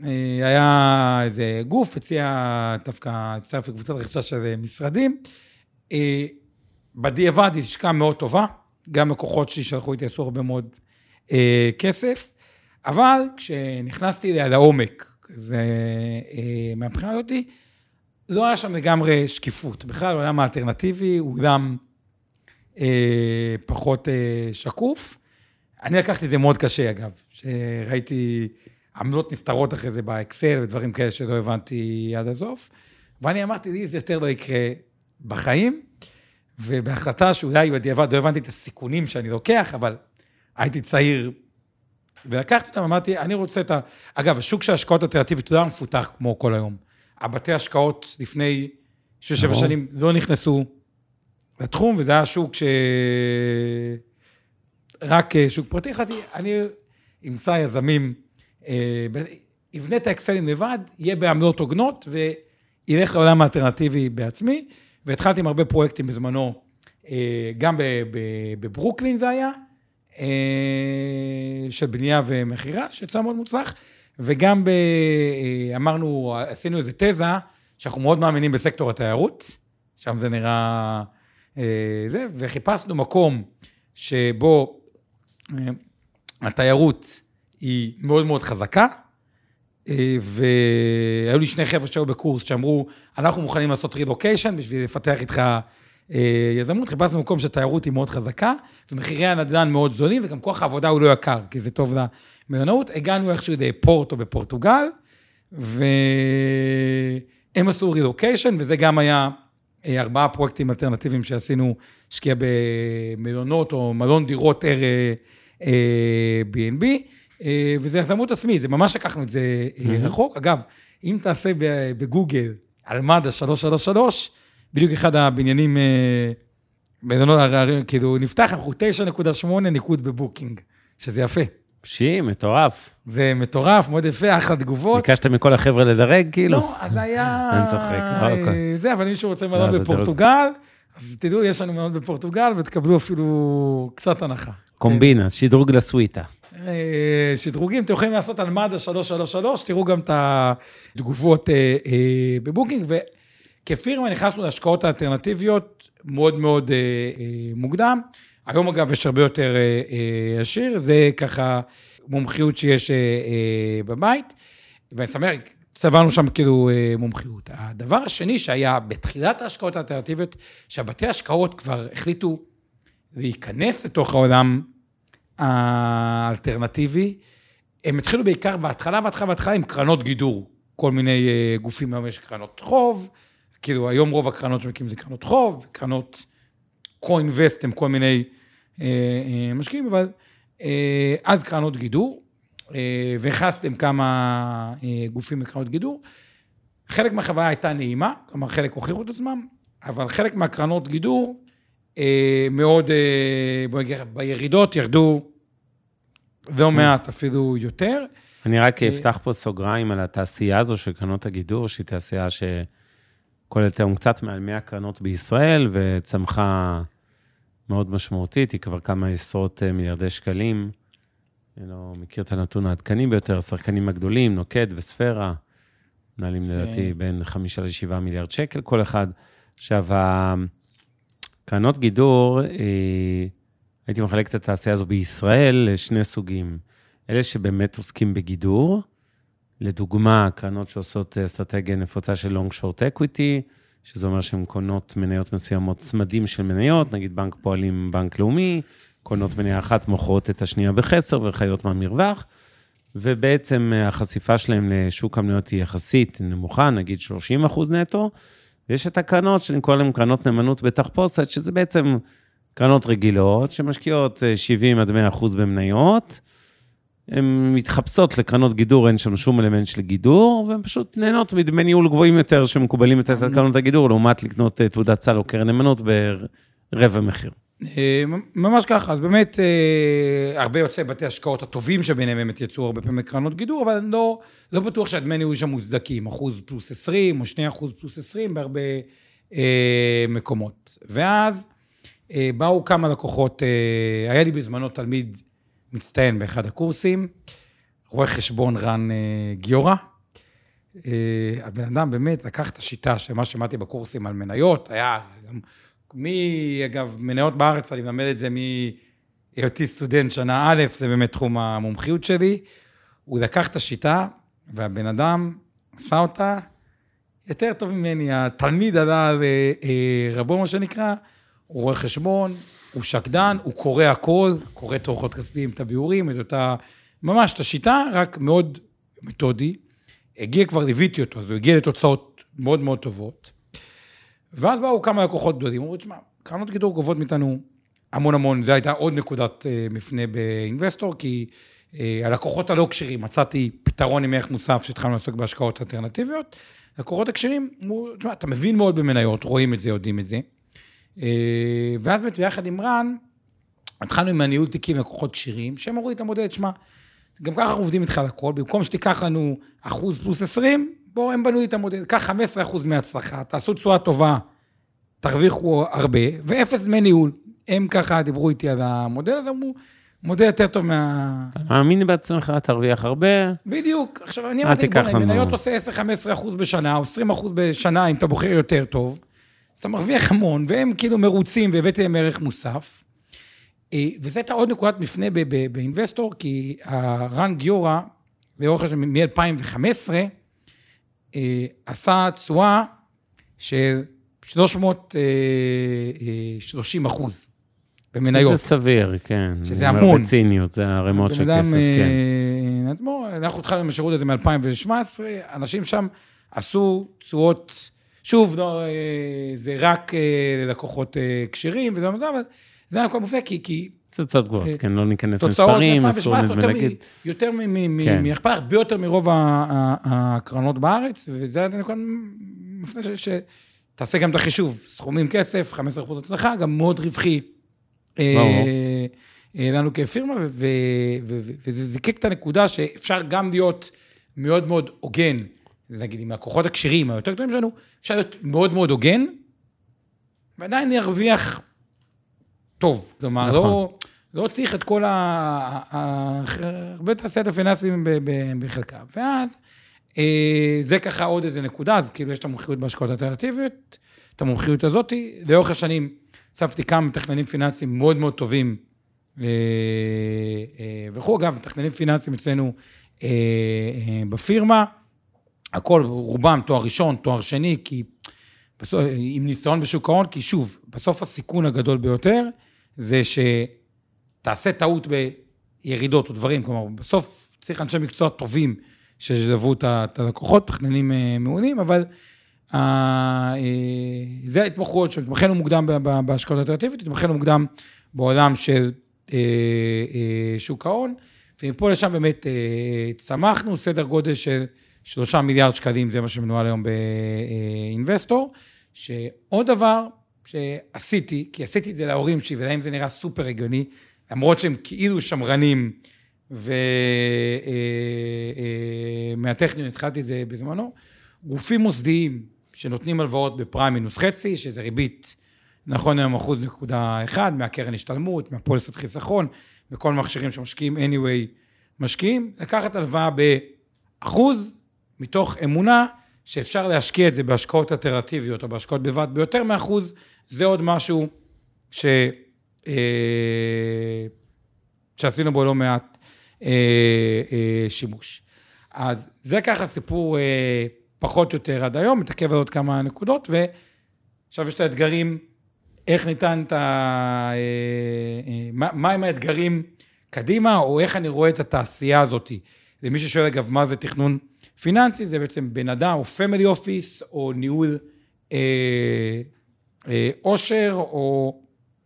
היה איזה גוף, הציע דווקא, הצטרף לקבוצת רכישה של משרדים, בדיעבד היא השקעה מאוד טובה, גם לקוחות ששלחו איתי עשו הרבה מאוד כסף, אבל כשנכנסתי אליה לעומק, זה מהבחינה הזאת, לא היה שם לגמרי שקיפות, בכלל העולם האלטרנטיבי הוא עולם פחות שקוף, אני לקחתי את זה מאוד קשה אגב, שראיתי עמלות נסתרות אחרי זה באקסל ודברים כאלה שלא הבנתי עד הסוף, ואני אמרתי לי, זה יותר לא יקרה בחיים, ובהחלטה שאולי בדיעבד לא הבנתי את הסיכונים שאני לוקח, אבל הייתי צעיר, ולקחתי אותם, אמרתי, אני רוצה את ה... אגב, השוק של ההשקעות אלטרנטיביות לא מפותח כמו כל היום. הבתי השקעות לפני שש שבע שנים לא נכנסו לתחום, וזה היה שוק ש... רק שוק פרטי, החלטתי, אני אמצא יזמים, יבנה את האקסלים לבד, יהיה בעמלות הוגנות, וילך לעולם האלטרנטיבי בעצמי, והתחלתי עם הרבה פרויקטים בזמנו, גם בברוקלין זה היה, של בנייה ומחירה, שיצא מאוד מוצלח, וגם ב... אמרנו, עשינו איזו תזה, שאנחנו מאוד מאמינים בסקטור התיירות, שם זה נראה זה, וחיפשנו מקום שבו התיירות היא מאוד מאוד חזקה, והיו לי שני חבר'ה שהיו בקורס שאמרו, אנחנו מוכנים לעשות רילוקיישן בשביל לפתח איתך יזמות, חיפשנו מקום שהתיירות היא מאוד חזקה, ומחירי הנדל"ן מאוד זולים, וגם כוח העבודה הוא לא יקר, כי זה טוב למלונאות. הגענו איכשהו לפורטו בפורטוגל, והם עשו רילוקיישן, וזה גם היה ארבעה פרויקטים אלטרנטיביים שעשינו, שקיע במלונות או מלון דירות בי אנד בי, וזה יזמות עצמי, זה ממש לקחנו את זה רחוק. אגב, אם תעשה בגוגל על מד"א שלוש שלוש שלוש, בדיוק אחד הבניינים, כאילו נפתח, אנחנו תשע נקודה שמונה ניקוד בבוקינג, שזה יפה. פשי, מטורף. זה מטורף, מאוד יפה, אחלה תגובות. ביקשתם מכל החבר'ה לדרג, כאילו? לא, אז היה... אני צוחק, זה, אבל אם מישהו רוצה מלון בפורטוגל, אז תדעו, יש לנו מלון בפורטוגל, ותקבלו אפילו קצת הנחה. קומבינה, שדרוג לסוויטה. שדרוגים, אתם יכולים לעשות על מד"א שלוש שלוש שלוש, תראו גם את התגובות בבוקינג, וכפירמה נכנסנו להשקעות האלטרנטיביות מאוד מאוד מוקדם. היום אגב יש הרבה יותר עשיר, זה ככה מומחיות שיש בבית, ואני שמח, צברנו שם כאילו מומחיות. הדבר השני שהיה בתחילת ההשקעות האלטרנטיביות, שהבתי ההשקעות כבר החליטו להיכנס לתוך העולם האלטרנטיבי, הם התחילו בעיקר בהתחלה, בהתחלה, בהתחלה עם קרנות גידור, כל מיני גופים, היום יש קרנות חוב, כאילו היום רוב הקרנות שמקים זה קרנות חוב, קרנות co-invest הם כל מיני משקיעים, אבל אז קרנות גידור, והכנסתם כמה גופים מקרנות גידור, חלק מהחוויה הייתה נעימה, כלומר חלק הוכיחו את עצמם, אבל חלק מהקרנות גידור, מאוד, בירידות ירדו לא מעט, אפילו יותר. אני רק אפתח פה סוגריים על התעשייה הזו של קרנות הגידור, שהיא תעשייה שכוללת היום קצת מעל מאה קרנות בישראל, וצמחה מאוד משמעותית, היא כבר כמה עשרות מיליארדי שקלים, אני לא מכיר את הנתון העדכני ביותר, השחקנים הגדולים, נוקד וספירה, מנהלים לדעתי בין חמישה לשבעה מיליארד שקל, כל אחד. עכשיו, קרנות גידור, הייתי מחלק את התעשייה הזו בישראל לשני סוגים. אלה שבאמת עוסקים בגידור, לדוגמה, קרנות שעושות אסטרטגיה נפוצה של long short equity, שזה אומר שהן קונות מניות מסוימות, צמדים של מניות, נגיד בנק פועלים, בנק לאומי, קונות מניה אחת מוכרות את השנייה בחסר וחיות מהמרווח, ובעצם החשיפה שלהם לשוק המניות היא יחסית נמוכה, נגיד שלושים אחוז נטו, ויש את הקרנות שנקרא להם קרנות נאמנות בתחפושת, שזה בעצם קרנות רגילות, שמשקיעות שבעים עד מאה אחוז במניות, הן מתחפשות לקרנות גידור, אין שם שום אלמנט של גידור, והן פשוט נהנות מדמי ניהול גבוהים יותר, שמקובלים את קרנות הגידור, לעומת לקנות תעודת סל או קרן נאמנות ברבע מחיר. ממש ככה, אז באמת, הרבה יוצאי בתי השקעות הטובים שביניהם באמת יצאו הרבה פעמים קרנות גידור, אבל אני לא, לא בטוח שהדמי ניהול שם מוצדקים, אחוז פלוס עשרים או שני אחוז פלוס עשרים בהרבה אה, מקומות. ואז אה, באו כמה לקוחות, אה, היה לי בזמנו תלמיד מצטיין באחד הקורסים, רואה חשבון רן אה, גיורא, אה, הבן אדם באמת לקח את השיטה שמה שמעתי בקורסים על מניות, היה גם... מי, אגב, מניות בארץ, אני מלמד את זה מהיותי סטודנט שנה א', זה באמת תחום המומחיות שלי, הוא לקח את השיטה, והבן אדם עשה אותה יותר טוב ממני, התלמיד עלה רבו, מה שנקרא, הוא רואה חשבון, הוא שקדן, הוא קורא הכל, קורא תורכות כספיים, את הביאורים, את אותה, ממש את השיטה, רק מאוד מתודי, הגיע כבר, ליוויתי אותו, אז הוא הגיע לתוצאות מאוד מאוד טובות, ואז באו כמה לקוחות גדולים, אמרו, תשמע, קרנות גידור גובות מאיתנו המון המון, זה הייתה עוד נקודת מפנה באינבסטור, כי הלקוחות הלא קשרים, מצאתי פתרון עם ערך מוסף שהתחלנו לעסוק בהשקעות אלטרנטיביות, לקוחות הקשרים, אמרו, תשמע, אתה מבין מאוד במניות, רואים את זה, יודעים את זה, ואז באמת ביחד עם רן, התחלנו עם הניהול תיקים לקוחות קשרים, שהם אמרו לי את המודל, תשמע, גם ככה אנחנו עובדים איתך על הכל, במקום שתיקח לנו אחוז פלוס עשרים, בואו, הם בנו לי את המודל, קח חמישה עשר אחוז מההצלחה, תעשו תשואה טובה, תרוויחו הרבה, ואפס דמי ניהול. הם ככה דיברו איתי על המודל הזה, אמרו, מודל יותר טוב מה... אתה מאמין בעצמך, תרוויח הרבה. בדיוק. עכשיו, אני אמרתי, בואו, מניות עושה עשר עד חמישה עשר אחוז בשנה, או עשרים אחוז בשנה, אם אתה בוחר יותר טוב, אז אתה מרוויח המון, והם כאילו מרוצים, והבאתי להם ערך מוסף. וזו הייתה עוד נקודת מפנה באינבסטור, כי הרן גיורא, לאורך השנים, מ-אלפיים וחמש עשרה, עשה תשואה של שלוש מאות ושלושים אחוז במניות. זה סביר, כן. שזה המון. בציניות, זה הרמות של כסף, כן. אנחנו התחלנו עם השירות הזה מ-אלפיים שבע עשרה, אנשים שם עשו תשואות, שוב, זה רק ללקוחות כשרים, וזה לא מזה, אבל זה היה כל מופנה, כי... תוצאות גבוהות, כן, לא ניכנס למספרים, אסור להגיד. יותר מהכפל, הרבה יותר מרוב הקרנות בארץ, וזה היה מופנה שתעשה גם את החישוב, סכומים כסף, חמישה עשר אחוז הצלחה, גם מאוד רווחי לנו כפירמה, וזה זיקק את הנקודה שאפשר גם להיות מאוד מאוד הוגן, זה נגיד עם הכוחות הקשירים, היותר גדולים שלנו, אפשר להיות מאוד מאוד הוגן, ועדיין ירוויח טוב, כלומר, לא, לא צריך את כל ה... הרבה תעשיית הפיננסים בחלקה, ואז זה ככה עוד איזה נקודה, אז כאילו יש את המומחיות בהשקעות אלטרנטיביות, את המומחיות הזאת, לאורך השנים אספתי כמה מתכננים פיננסיים מאוד מאוד טובים, וכו', אגב, מתכננים פיננסיים אצלנו בפירמה, הכל, רובם תואר ראשון, תואר שני, כי בסוף, עם ניסיון בשוק ההון, כי שוב, בסוף הסיכון הגדול ביותר, זה שתעשה טעות בירידות או דברים, כלומר, בסוף צריך אנשי מקצוע טובים, ששלבו את הלקוחות, תכננים מעונים, אבל זה ההתמחויות של, התמחנו מוקדם בהשקעות אלטרנטיביות, התמחנו מוקדם בעולם של שוק ההון, ומפה לשם באמת צמחנו, סדר גודל של שלושה מיליארד שקלים, זה מה שמנוהל היום באינבסטור, שעוד דבר שעשיתי, כי עשיתי את זה להורים שלי, ולהם זה נראה סופר הגיוני, למרות שהם כאילו שמרנים, ומהטכניון התחלתי את זה בזמנו, גופים מוסדיים שנותנים הלוואות בפריים מינוס חצי, שזה ריבית נכון היום אחוז נקודה אחד, מהקרן השתלמות, מהפוליסת חיסכון, וכל מכשירים שמשקיעים anyway משקיעים, לקחת הלוואה באחוז, מתוך אמונה שאפשר להשקיע את זה בהשקעות אלטרנטיביות, או בהשקעות בבד ביותר מאחוז, זה עוד משהו ש... שעשינו בו לא מעט שימוש. אז זה ככה סיפור פחות או יותר עד היום, מתעכב על עוד כמה נקודות, ועכשיו יש את האתגרים, איך ניתן את ה... מה הם האתגרים קדימה, או איך אני רואה את התעשייה הזאת. למי ששואל אגב מה זה תכנון פיננסי, זה בעצם בן אדם, או פמילי אופיס, או ניהול עושר, או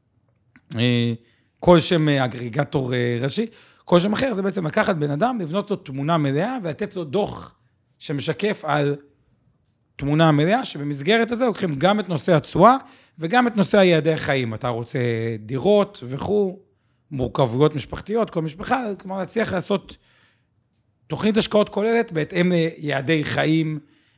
כל שם אגריגטור ראשי, כל שם אחר, זה בעצם לקחת בן אדם, לבנות לו תמונה מלאה, ולתת לו דוח שמשקף על תמונה מלאה, שבמסגרת הזה לוקחים גם את נושא התשואה, וגם את נושא היעדי החיים. אתה רוצה דירות וכו', מורכבויות משפחתיות, כל משפחה, כלומר להצליח לעשות תוכנית השקעות כוללת, בהתאם ליעדי חיים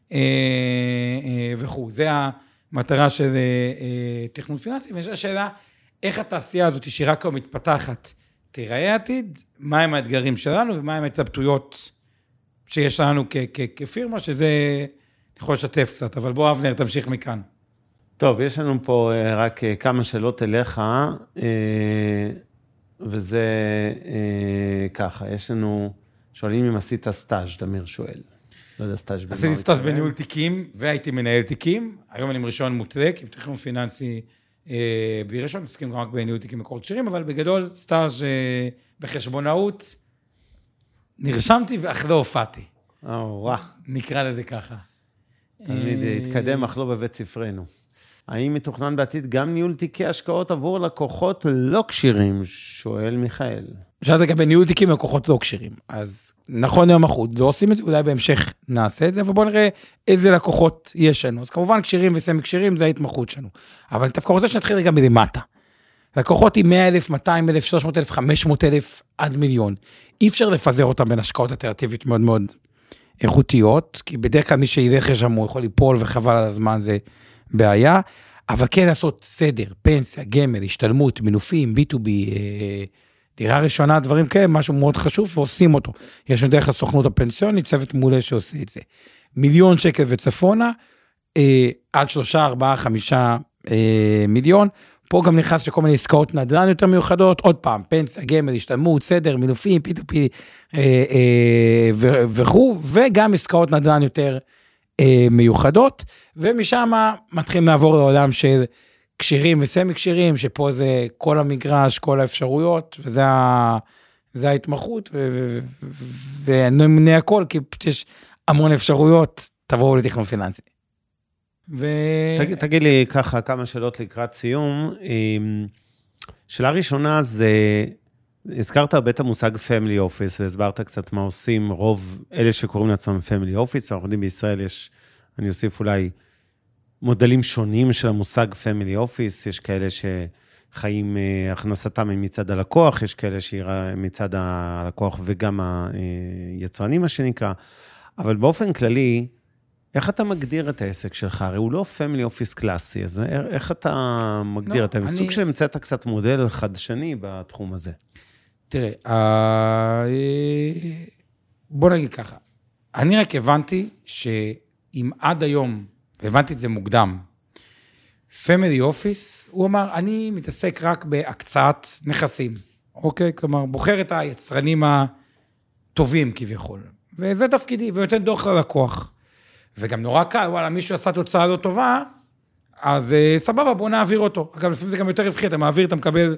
וכו'. זה המטרה של תכנון פיננסי, ויש השאלה, איך התעשייה הזאת שהיא רק מתפתחת, תיראה העתיד, מהם האתגרים שלנו, ומהם ההתלבטויות שיש לנו כפירמה, שזה יכול לשתף קצת, אבל בוא אבנר, תמשיך מכאן. טוב, יש לנו פה רק כמה שאלות אליך, וזה ככה, יש לנו, שואלים אם עשית סטאז', דמיר שואל. לא יודע, סטאז' במה. עשיתי סטאז' בניהול תיקים, והייתי מנהל תיקים, היום אני עם ראשון מוטלק, עם תכנון פיננסי, בלי ראשון, מסכים גם רק בניהול תיקים מקורות קשירים, אבל בגדול, סטאז' בחשבונאות, נרשמתי ואך לא הופעתי. או, וואו. נקרא לזה ככה. תמיד התקדם, אך לא בבית ספרנו. האם מתוכנן בעתיד גם ניהול תיקי השקעות עבור לקוחות לא קשירים? שואל מיכאל. שאלת לגבי ניהול תיקים לקוחות לא קשירים. אז נכון היום אחוד, לא עושים את זה, אולי בהמשך נעשה את זה, אבל בואו נראה איזה לקוחות יש לנו. אז כמובן קשירים וסמי קשירים, זה ההתמחות שלנו. אבל אני דווקא רוצה שנתחיל רגע מלמטה. לקוחות עם מאה אלף, מאתיים אלף, שלוש מאות אלף, חמש מאות אלף עד מיליון. אי אפשר לפזר אותם בין השקעות אלטרנטיביות מאוד מאוד איכותיות, כי בדרך כלל מי שילך לשם הוא יכול ליפול וחבל על הזמן זה בעיה, אבל כן לעשות סדר, פנסיה, גמל, השתלמות, מינופים, בי טו בי, דירה ראשונה, דברים כאלה, משהו מאוד חשוב ועושים אותו. יש לנו דרך הסוכנות הפנסיונית, צוות מעולה שעושה את זה. מיליון שקל וצפונה, עד שלושה, ארבעה, חמישה אה, מיליון, פה גם נכנס שכל מיני עסקאות נדל"ן יותר מיוחדות, עוד פעם, פנסיה, גמל, השתלמות, סדר, מינופים, פי טו פי אה, אה, וכו', וגם עסקאות נדל"ן יותר אה, מיוחדות, ומשם מתחילים לעבור לעולם של קשירים וסמי קשירים, שפה זה כל המגרש, כל האפשרויות, וזה ה... זה ההתמחות, ואני מנה הכל, כי יש המון אפשרויות, תבואו לתכנון פיננסי. ו... תגיד, תגיד לי ככה כמה שאלות לקראת סיום. שאלה ראשונה זה, הזכרת הרבה את המושג Family Office, והסברת קצת מה עושים רוב אלה שקוראים לעצמם Family Office, ואנחנו יודעים בישראל יש, אני אוסיף אולי, מודלים שונים של המושג Family Office, יש כאלה שחיים הכנסתם מצד הלקוח, יש כאלה שיראה מצד הלקוח וגם היצרנים, מה שנקרא, אבל באופן כללי, איך אתה מגדיר את העסק שלך? הרי הוא לא Family Office קלאסי, אז איך אתה מגדיר לא, את העסק? אני... סוג שהמצאת קצת מודל חדשני בתחום הזה. תראה, בוא נגיד ככה, אני רק הבנתי שאם עד היום, והבנתי את זה מוקדם, Family Office, הוא אמר, אני מתעסק רק בהקצאת נכסים, אוקיי? כלומר, בוחר את היצרנים הטובים כביכול, וזה תפקידי, ונותן דוח ללקוח. וגם נורא קל, וואלה, מישהו עשה תוצאה לא טובה, אז אה, סבבה, בוא נעביר אותו. אגב, לפעמים זה גם יותר רווחי, אתה מעביר, אתה מקבל,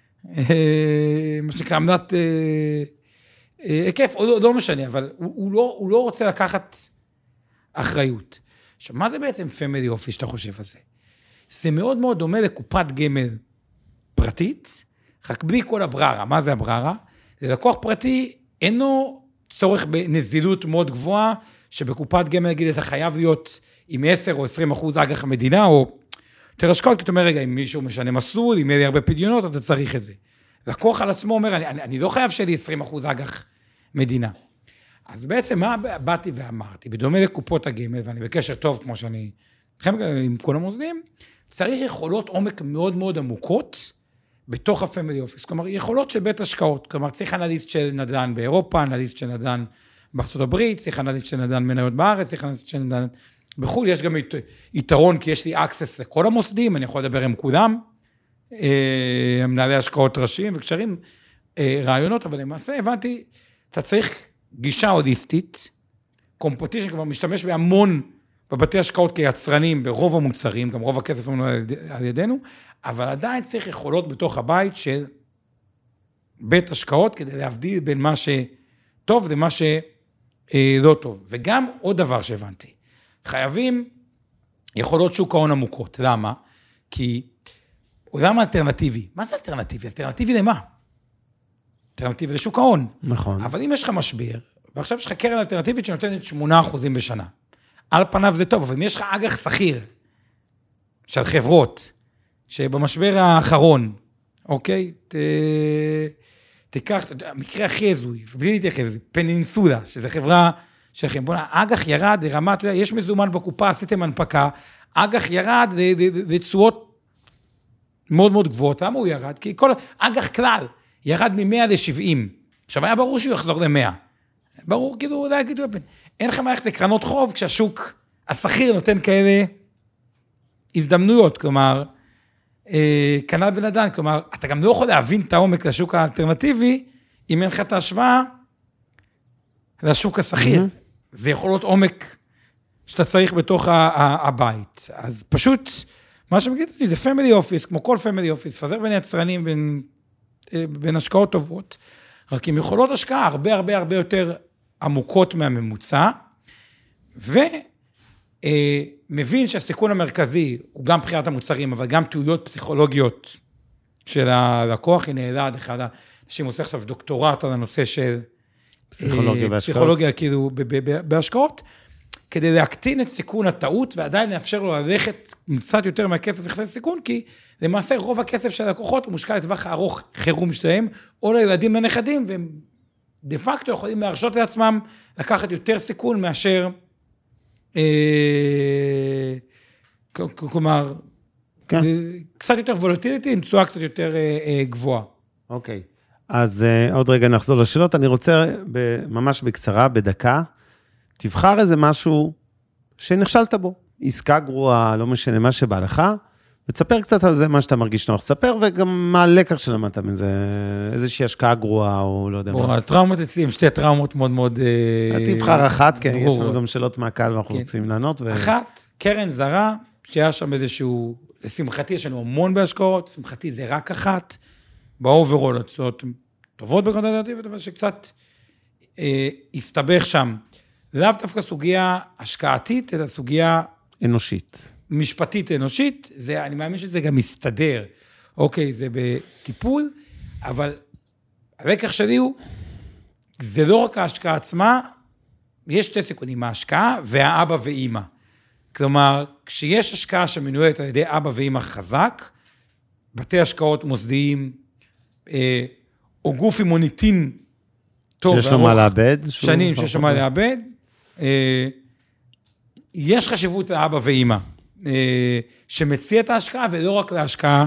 אה, מה שנקרא, עמדת אה, אה, היקף, או לא, לא משנה, אבל הוא, הוא, לא, הוא לא רוצה לקחת אחריות. עכשיו, מה זה בעצם Family Office שאתה חושב על זה? זה מאוד מאוד דומה לקופת גמל פרטית, רק בלי כל הבררה. מה זה הבררה? ללקוח פרטי, אינו צורך בנזילות מאוד גבוהה, שבקופת גמל, נגיד, אתה חייב להיות עם עשר או עשרים אחוז אג"ח המדינה, או יותר השקעות, כי אתה אומר, רגע, אם מישהו משנה מסלול, אם יהיה לי הרבה פדיונות, אתה צריך את זה. לקוח על עצמו אומר, אני, אני, אני לא חייב שיהיה לי עשרים אחוז אג"ח מדינה. אז בעצם מה באתי ואמרתי, בדומה לקופות הגמל, ואני בקשר טוב, כמו שאני, עם כל המוסדים, צריך יכולות עומק מאוד מאוד עמוקות, בתוך ה-Family Office, כלומר, יכולות של בית השקעות, כלומר, צריך אנליסט של נדל"ן באירופה, אנליסט של נדל"ן בארצות הברית, צריך אנליסט של נדל"ן מניות בארץ, צריך אנליסט של נדל"ן בחו"ל, יש גם יתרון, כי יש לי access לכל המוסדים, אני יכול לדבר עם כולם, מנהלי השקעות ראשיים וקשרים, רעיונות, אבל למעשה הבנתי, אתה צריך גישה הוליסטית, קומפוטישן, כלומר, משתמש בהמון בבתי השקעות כיצרנים, ברוב המוצרים, גם רוב הכסף הוא על ידינו, אבל עדיין צריך יכולות בתוך הבית של בית השקעות, כדי להבדיל בין מה שטוב למה שלא טוב. וגם עוד דבר שהבנתי, חייבים יכולות שוק ההון עמוקות. למה? כי עולם אלטרנטיבי. מה זה אלטרנטיבי? אלטרנטיבי למה? אלטרנטיבי לשוק ההון. נכון. אבל אם יש לך משבר, ועכשיו יש לך קרן אלטרנטיבית שנותנת שמונה אחוזים בשנה, על פניו זה טוב, אבל אם יש לך אג"ח שכיר של חברות, שבמשבר האחרון, אוקיי, ת, תיקח, המקרה הכי הזוי, ובלי להתייחס, פנינסולה, שזו חברה שלכם, בואו, אג"ח ירד לרמת, יש מזומן בקופה, עשיתם הנפקה, אג"ח ירד לתשואות מאוד מאוד גבוהות, למה הוא ירד? כי כל, אג"ח כלל, ירד מ-מאה ל-שבעים, עכשיו היה ברור שהוא יחזור ל-מאה, ברור, כאילו, להגיד, אין לך מערכת לקרנות חוב, כשהשוק השכיר נותן כאלה הזדמנויות, כלומר, כנ"ל בנדל"ן, כלומר, אתה גם לא יכול להבין את העומק לשוק האלטרנטיבי, אם אין לך את ההשוואה לשוק השכיר. Mm-hmm. זה יכול להיות עומק שאתה צריך בתוך הבית. אז פשוט, מה שמגיד לי, זה Family Office, כמו כל Family Office, פזר בין יצרנים, בין, בין השקעות טובות, רק עם יכולות השקעה הרבה הרבה הרבה יותר עמוקות מהממוצע, ומבין שהסיכון המרכזי הוא גם בחירת המוצרים, אבל גם תאויות פסיכולוגיות של הלקוח. הנה אלעד, אחד האנשים עושה עכשיו דוקטורט על הנושא של פסיכולוגיה בהשקעות. פסיכולוגיה כאילו בהשקעות, כדי להקטין את סיכון הטעות, ועדיין לאפשר לו ללכת קצת יותר מהכסף יחסי סיכון, כי למעשה רוב הכסף של הלקוחות הוא מושקע לטווח הארוך חירום שלהם, או לילדים לנכדים, והם דה פקטו יכולים להרשות לעצמם לקחת יותר סיכון מאשר, אה, כלומר, כן. קצת יותר וולטיליטי, עם תשואה קצת יותר אה, אה, גבוהה. אוקיי, אז אה, עוד רגע נחזור לשאלות, אני רוצה ממש בקצרה, בדקה, תבחר איזה משהו שנכשלת בו, עסקה גרועה, לא משנה מה שבא לך, ותספר קצת על זה, מה שאתה מרגיש נוח. ספר, וגם מה הלקח שלמדת מזה, איזושהי השקעה גרועה, או לא יודע מה. בוא, הטראומות אצלי הם שתי טראומות מאוד מאוד... תבחר אחת, כן, יש לנו גם שאלות מהקהל, ואנחנו רוצים לענות. אחת, קרן זרה, שהיה שם איזשהו, לשמחתי, יש לנו המון בהשקעות, לשמחתי זה רק אחת, באוברול, הצעות טובות בקונדטטיביות, אבל שקצת הסתבך שם. לאו דווקא סוגיה השקעתית, אלא סוגיה... אנושית. משפטית אנושית, זה, אני מאמין שזה גם מסתדר. אוקיי, זה בטיפול, אבל הרקח שלי הוא, זה לא רק ההשקעה עצמה, יש שתי סיכונים, ההשקעה והאבא ואימא. כלומר, כשיש השקעה שמנוהלת על ידי אבא ואימא חזק, בתי השקעות מוסדיים, אה, או גוף עם מוניטין טוב, שיש לו מה לאבד, שנים שיש לו מה לאבד, אה, יש חשיבות לאבא ואימא, אה, שמציע את ההשקעה, ולא רק להשקעה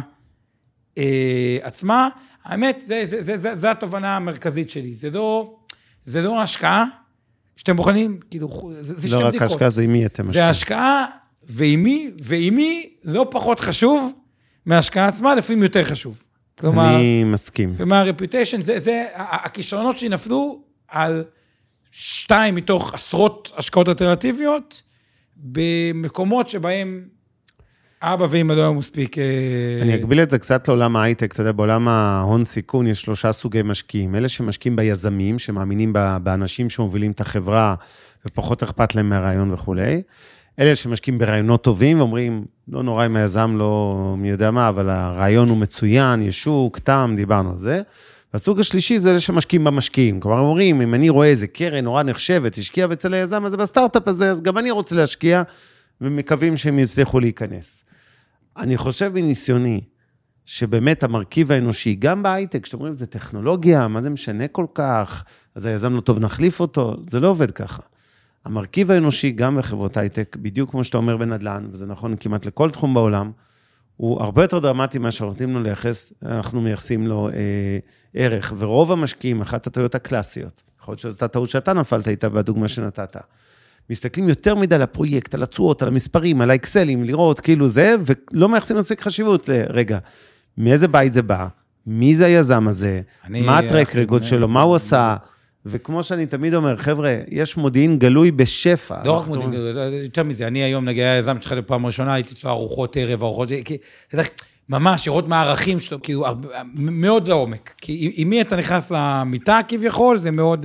אה, עצמה. האמת, זה, זה, זה, זה, זה התובנה המרכזית שלי. זה לא, זה לא השקעה שאתם מוכנים, כאילו, זה, זה שתי לא בדיקות. רק השקעה, זה עם מי אתם זה השקעה ועם מי, ועם מי לא פחות חשוב מההשקעה עצמה, לפעמים יותר חשוב. כלומר, אני מסכים. ומהרפיוטיישן, זה, זה, הכישרונות שנפלו על שתיים מתוך עשרות השקעות אלטרנטיביות, במקומות שבהם אבא ואמא לא היו מספיק... אני אגביל את זה קצת לעולם ההייטק, אתה יודע, בעולם ההון סיכון יש שלושה סוגי משקיעים, אלה שמשקיעים ביזמים, שמאמינים באנשים שמובילים את החברה, ופחות אכפת להם מהרעיון וכו'. אלה שמשקיעים ברעיונות טובים, ואומרים, לא נורא אם היזם לא מי יודע מה, אבל הרעיון הוא מצוין, ישוק, תם, דיברנו על זה. והסוג השלישי זה אלה שמשקיעים במשקיעים. כלומר, אומרים, אם אני רואה איזה קרן נורא נחשבת, השקיע בצל היזם הזה בסטארט-אפ הזה, אז גם אני רוצה להשקיע, ומקווים שהם יצליחו להיכנס. אני חושב בניסיוני, שבאמת המרכיב האנושי, גם בהייטק, שאתם אומרים, זה טכנולוגיה, מה זה משנה כל כך, אז היזם לא טוב, נחליף אותו, זה לא עובד ככה. המרכיב האנושי, גם בחברות הייטק, בדיוק כמו שאתה אומר בנדל"ן, וזה נכון כמעט לכל תחום בעולם, הוא הרבה יותר דרמטי מה שנותנים לו לייחס, אנחנו מייחסים לו אה, ערך, ורוב המשקיעים, אחת הטעויות הקלאסיות, יכול להיות שזאת הטעות שאתה נפלת איתה בדוגמה שנתת, מסתכלים יותר מדי על הפרויקט, על הצועות, על המספרים, על האקסלים, לראות כאילו זה, ולא מייחסים מספיק חשיבות לרגע, מאיזה בית זה בא, מי זה היזם הזה, מה הטרק רגוד שלו, מה הוא עשה, וכמו שאני תמיד אומר, חבר'ה, יש מודיעין גלוי בשפע. לא רק מודיעין גלוי, יותר מזה, אני היום נגיע היזם שלך לפעם ראשונה, הייתי צועה ארוחות ערב, ארוחות, ממש, לראות מהערכים שלו, כאילו, מאוד לעומק. כי עם מי אתה נכנס למיטה כביכול, זה מאוד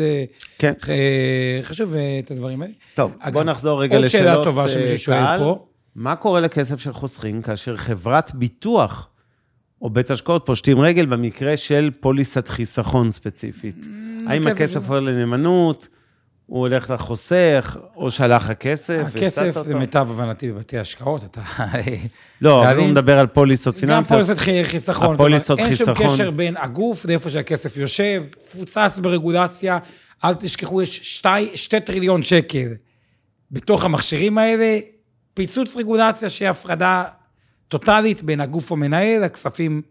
חשוב את הדברים האלה. טוב, בוא נחזור רגע לשאלות. עוד שאלה טובה שמישהו שואל פה. מה קורה לכסף של חוסכים, כאשר חברת ביטוח, או בית השקעות פושטים רגל, במקרה של פוליסת חיסכון ספציפית? האם הכסף עולה לנאמנות, הוא הולך לחוסך, או שהלך הכסף? הכסף זה מיטב הבנתי בבתי השקעות, אתה... לא, אבל הוא מדבר על פוליסות פיננסיות. גם פוליסת חיסכון. הפוליסות חיסכון. אין שום קשר בין הגוף, לאיפה שהכסף יושב, פוצץ ברגולציה, אל תשכחו, יש שתי, שתי טריליון שקל בתוך המכשירים האלה, פיצוץ רגולציה שהיא הפרדה טוטלית בין הגוף המנהל, הכספים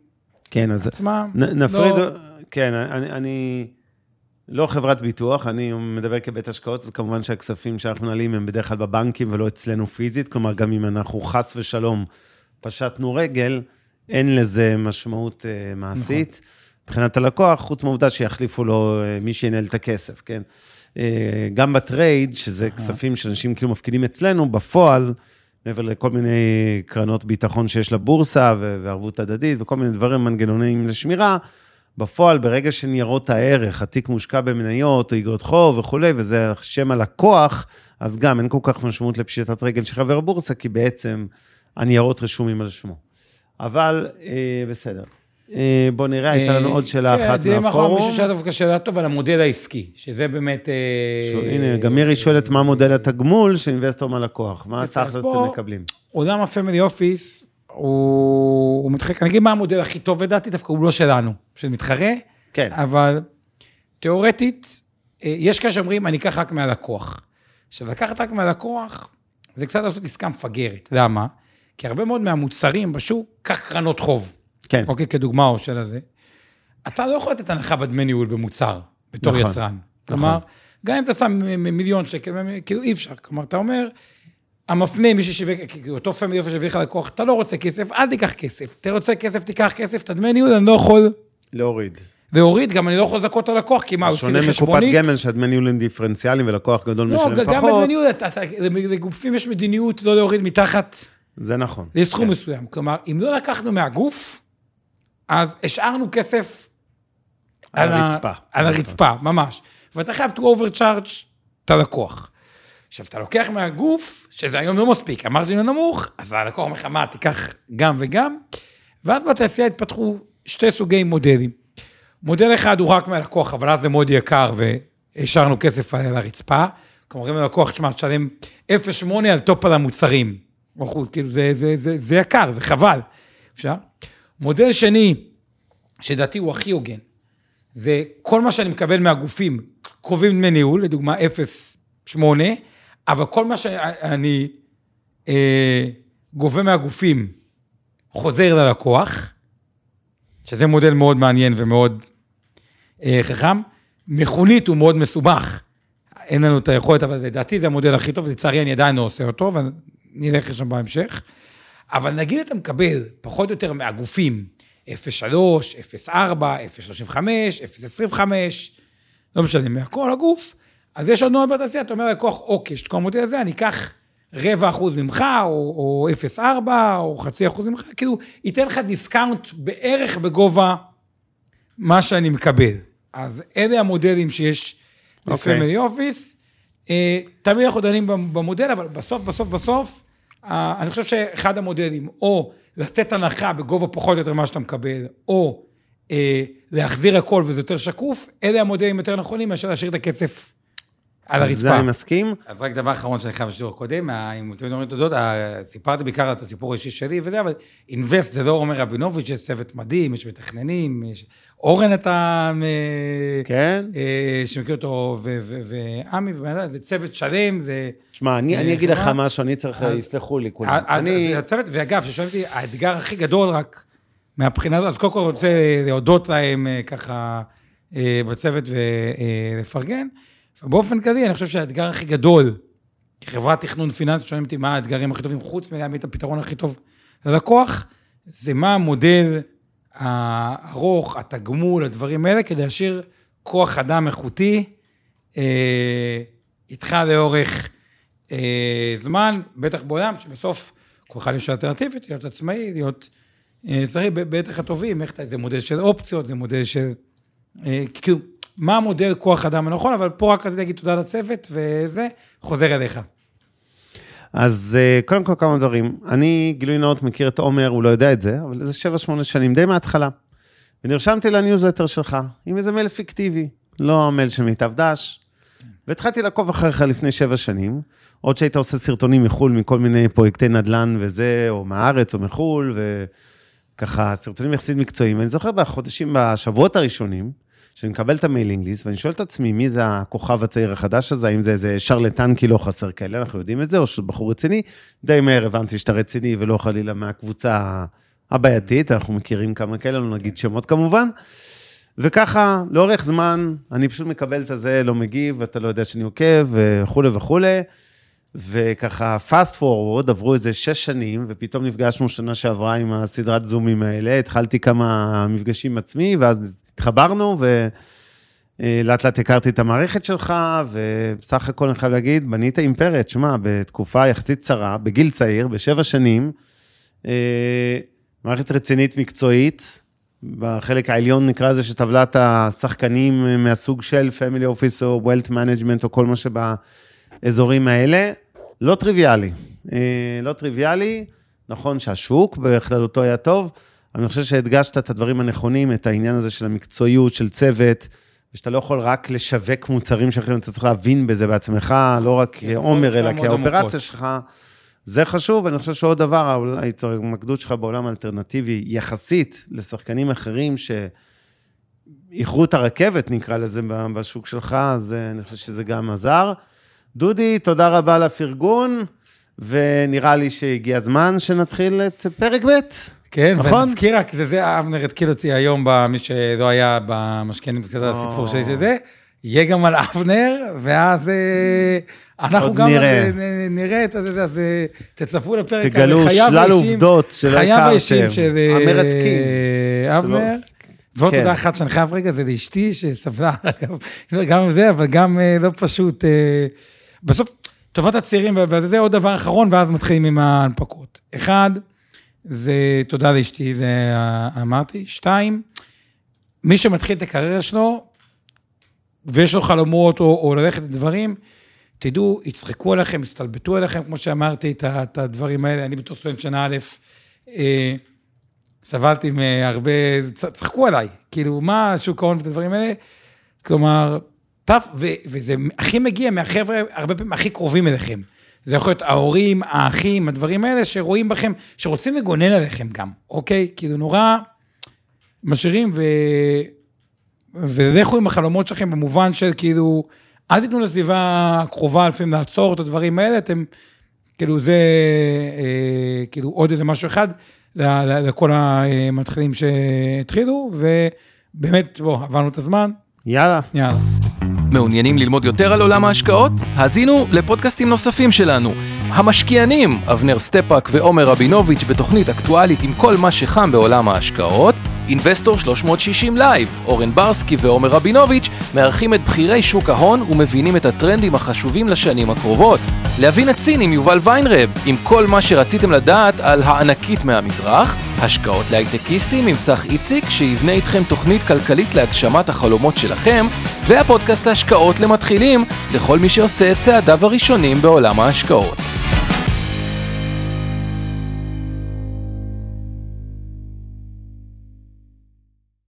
עצמם. נפריד, כן, אני... אני... לא חברת ביטוח, אני מדבר כבית השקעות, אז כמובן שהכספים שאנחנו נעלים הם בדרך כלל בבנקים ולא אצלנו פיזית, כלומר גם אם אנחנו חס ושלום פשטנו רגל, אין לזה משמעות uh, מעשית. נכון. מבחינת הלקוח, חוץ מהעובדה שיחליפו לו uh, מי שינהל את הכסף, כן? Uh, גם בטרייד, שזה נכון. כספים שאנשים כאילו מפקידים אצלנו, בפועל, מעבר לכל מיני קרנות ביטחון שיש לבורסה וערבות הדדית, וכל מיני דברים מנגנונים לשמירה, בפועל, ברגע שניירות הערך, התיק מושקע במניות, או אגרות חוב וכו', וזה שם הלקוח, אז גם אין כל כך משמעות לפשיטת רגל של חבר בורסה, כי בעצם הניירות רשומים על שמו. אבל, אה, בסדר. אה, בוא נראה, הייתה לנו עוד שאלה אחת מהפורום. נכון, מישהו שאלה דווקא שאלה טוב על המודל העסקי, שזה באמת... הנה, גם מירי שואלת מה מודל התגמול של אינבסטור מהלקוח, מה תכלס אתם מקבלים? עולם הפמילי אופיס, הוא, הוא מתחלק, אני אגיד מה המודל הכי טוב לדעתי, דווקא הוא לא שלנו, של מתחרה, כן. אבל תיאורטית, יש כאלה שאומרים, אני אקח רק מהלקוח. עכשיו, לקחת רק מהלקוח, זה קצת לעשות עסקה מפגרת. למה? כי הרבה מאוד מהמוצרים בשוק, כך קרנות חוב. כן. אוקיי, כדוגמה או של הזה. אתה לא יכול לתת הנחה בדמי ניהול במוצר, בתור נכון, יצרן. נכון. כלומר, גם אם אתה שם מיליון שקל, כאילו אי אפשר. כלומר, אתה אומר, המפנה, מי ששיווק, אותו פמילי אופיס שהביא לך לקוח, אתה לא רוצה כסף, אל תיקח כסף. אתה רוצה כסף, תיקח כסף, תדמי ניהול, אני לא יכול... להוריד. להוריד, גם אני לא יכול לזכות על לקוח, כי מה, הוא יוציא לחשבונית. שונה מקופת גמל, שהדמי ניהול הם דיפרנציאליים, ולקוח גדול משלם פחות. לא, גם בדמי ניהול, לגופים יש מדיניות לא להוריד מתחת... זה נכון. לסכום מסוים. כלומר, אם לא לקחנו מהגוף, אז השארנו כסף על הרצפה. על הרצפה, ממש. ואתה חייב to overcharge את הלקוח. עכשיו, אתה לוקח מהגוף, שזה היום לא מספיק, המרג'ין הוא נמוך, אז הלקוח אומר לך, מה, תיקח גם וגם, ואז בתעשייה התפתחו שתי סוגי מודלים. מודל אחד הוא רק מהלקוח, אבל אז זה מאוד יקר, והשארנו כסף על הרצפה. כלומר, אם הלקוח, תשמע, תשלם אפס נקודה שמונה על טופ על המוצרים. אחוז, כאילו, זה, זה, זה, זה יקר, זה חבל. אפשר? מודל שני, שדעתי הוא הכי הוגן, זה כל מה שאני מקבל מהגופים, קרובים דמי ניהול, לדוגמה אפס נקודה שמונה, אבל כל מה שאני אה, גובה מהגופים, חוזר ללקוח, שזה מודל מאוד מעניין ומאוד אה, חכם, מכונית הוא מאוד מסובך, אין לנו את היכולת, אבל לדעתי זה המודל הכי טוב, לצערי אני עדיין לא עושה אותו, ונלך לשם בהמשך, אבל נגיד אתה מקבל פחות או יותר מהגופים, אפס נקודה שלוש, אפס נקודה ארבע, אפס נקודה שלושים וחמש, אפס נקודה עשרים וחמש, לא משנה, מהכל הגוף, אז יש לנו בתעשייה, אתה אומר לקוח, אוקיי, שתקוע המודל הזה, אני אקח רבע אחוז ממך, או, או אפס נקודה ארבע, או חצי אחוז ממך, כאילו, ייתן לך דיסקאונט בערך בגובה מה שאני מקבל. אז אלה המודלים שיש לפמילי אופיס, תמיד אנחנו דנים במודל, אבל בסוף, בסוף, בסוף, אני חושב שאחד המודלים, או לתת הנחה בגובה פחות או יותר מה שאתה מקבל, או להחזיר הכל וזה יותר שקוף, אלה המודלים יותר נכונים, מאשר להשאיר את הכסף על הרצפה. זה אני מסכים. אז רק דבר אחרון שאני חייב בשיעור הקודם, אם אתם אומרים תודות, סיפרתי בעיקר את הסיפור האישי שלי וזה, אבל אינבסט זה לא עומר רבינוביץ', יש צוות מדהים, יש מתכננים, יש אורן אתה, כן. שמכיר אותו, ועמי, זה צוות שלם, זה... תשמע, אני אגיד לך משהו, אני צריך, יסלחו לי כולם. אז זה הצוות, ואגב, ששואלים אותי, האתגר הכי גדול רק מהבחינה הזאת, אז קודם כל רוצה להודות להם ככה בצוות ולפרגן, ובאופן כזה, אני חושב שהאתגר הכי גדול, כחברת תכנון פיננסי, שואלים אותי מה האתגרים הכי טובים, חוץ מלהעמיד את הפתרון הכי טוב ללקוח, זה מה המודל הארוך, התגמול, הדברים האלה, כדי להשאיר כוח אדם איכותי, אה, איתך לאורך אה, זמן, בטח בעולם, שבסוף כוח להיות אלטרנטיבית, להיות עצמאי, להיות אה, שרי, בטח הטובים, איך זה מודל של אופציות, זה מודל של, אה, כאילו, מה המודל כוח אדם הנכון, אבל פה רק רציתי להגיד תודה לצוות, וזה חוזר אליך. אז קודם כל כמה דברים. אני, גילוי נאות, מכיר את עומר, הוא לא יודע את זה, אבל זה שבע שמונה שנים, די מההתחלה. ונרשמתי לניוזלטר שלך, עם איזה מייל פיקטיבי, לא המייל של מיטב דש, והתחלתי לעקוב אחריך לפני שבע שנים, עוד שהיית עושה סרטונים מחול, מכל מיני פרויקטי נדל"ן וזה, או מהארץ או מחול, וככה, סרטונים יחסית מקצועיים. אני זוכר בחודשים, בשבועות הראשונים, שאני מקבל את המיילינג ליסט, ואני שואל את עצמי, מי זה הכוכב הצעיר החדש הזה, האם זה איזה שרלטן כי לא חסר כאלה, אנחנו יודעים את זה, או שזה בחור רציני, די מהר הבנתי שאתה רציני, ולא חלילה מהקבוצה הבעייתית, אנחנו מכירים כמה כאלה, לא נגיד שמות כמובן, וככה, לאורך זמן, אני פשוט מקבל את הזה, לא מגיב, ואתה לא יודע שאני עוקב, וכו' וכו', וככה, fast forward, עברו איזה שש שנים, ופתאום נפגשנו שנה שעברה עם הסדרת זומים האלה, התחלתי כמה מפגשים עצמי, ואז התחברנו, ולאט לאט הכרתי את המערכת שלך, ובסך הכל אני חייב להגיד, בנית אימפריה, שמה, בתקופה יחסית צרה, בגיל צעיר, בשבע שנים, מערכת רצינית מקצועית, בחלק העליון נקרא לזה שטבלת השחקנים מהסוג של Family Office או Wealth Management או כל מה שבאזורים האלה, לא טריוויאלי. לא טריוויאלי, נכון שהשוק בכללותו היה טוב, אבל אני חושב שהדגשת את הדברים הנכונים, את העניין הזה של המקצועיות, של צוות, ושאתה לא יכול רק לשווק מוצרים שלכם, אתה צריך להבין בזה בעצמך, לא רק עומר, אלא כאופרציה שלך. זה חשוב, ואני חושב שעוד דבר, ההתמקדות שלך בעולם האלטרנטיבי, יחסית לשחקנים אחרים, שאיחרו את הרכבת, נקרא לזה, בשוק שלך, אז אני חושב שזה גם עזר. דודי, תודה רבה לפרגון, ונראה לי שהגיע הזמן שנתחיל את פרק ב'. כן, נכון? ונזכיר רק, זה זה, אבנר התקיל אותי היום, במי שלא היה במשכנים, בסדר הסיפור שלי שזה, יהיה גם על אבנר, ואז אנחנו גם נראה את זה, אז תצפו לפרק. תגלו שלל עובדות שלא הכרתם. המרתקים. אבנר. ועוד תודה אחת שאני חייב רגע, זה לאשתי שסבלה, גם עם זה, אבל גם לא פשוט. בסוף, טובת הצעירים, וזה עוד דבר אחרון, ואז מתחילים עם ההנפקות. אחד, זה תודה לאשתי, זה אמרתי. שתיים, מי שמתחיל את הקריירה שלו, ויש לו חלומות או, או ללכת לדברים, תדעו, יצחקו עליכם, יסתלבטו עליכם, כמו שאמרתי, את, את הדברים האלה. אני בתור סטודנט שנה א', אה, סבלתי מהרבה, צחקו עליי, כאילו, מה שוק ההון ואת הדברים האלה? כלומר, טף, ו, וזה הכי מגיע מהחבר'ה, הרבה פעמים הכי קרובים אליכם. זה יכול להיות ההורים, האחים, הדברים האלה, שרואים בכם, שרוצים לגונן עליכם גם, אוקיי? כאילו, נורא משאירים, ו... ולכו עם החלומות שלכם במובן של כאילו, אל תיתנו לסביבה הקרובה לפעמים לעצור את הדברים האלה, אתם, כאילו זה, אה, כאילו עוד איזה משהו אחד, לכל המתחילים שהתחילו, ובאמת, בוא, עברנו את הזמן. יאללה. יאללה. מעוניינים ללמוד יותר על עולם ההשקעות? האזינו לפודקאסטים נוספים שלנו. המשקיענים, אבנר סטפאק ועומר רבינוביץ' בתוכנית אקטואלית עם כל מה שחם בעולם ההשקעות. אינבסטור שלוש מאות שישים לייב, אורן ברסקי ועומר רבינוביץ' מארחים את בחירי שוק ההון ומבינים את הטרנדים החשובים לשנים הקרובות. להבין את סין עם יובל ויינרב, עם כל מה שרציתם לדעת על הענקית מהמזרח. השקעות להייטקיסטים עם צח איציק, שיבנה איתכם תוכנית כלכלית להגשמת החלומות שלכם, והפודקאסט ההשקעות למתחילים, לכל מי שעושה את צעדיו הראשונים בעולם ההשקעות.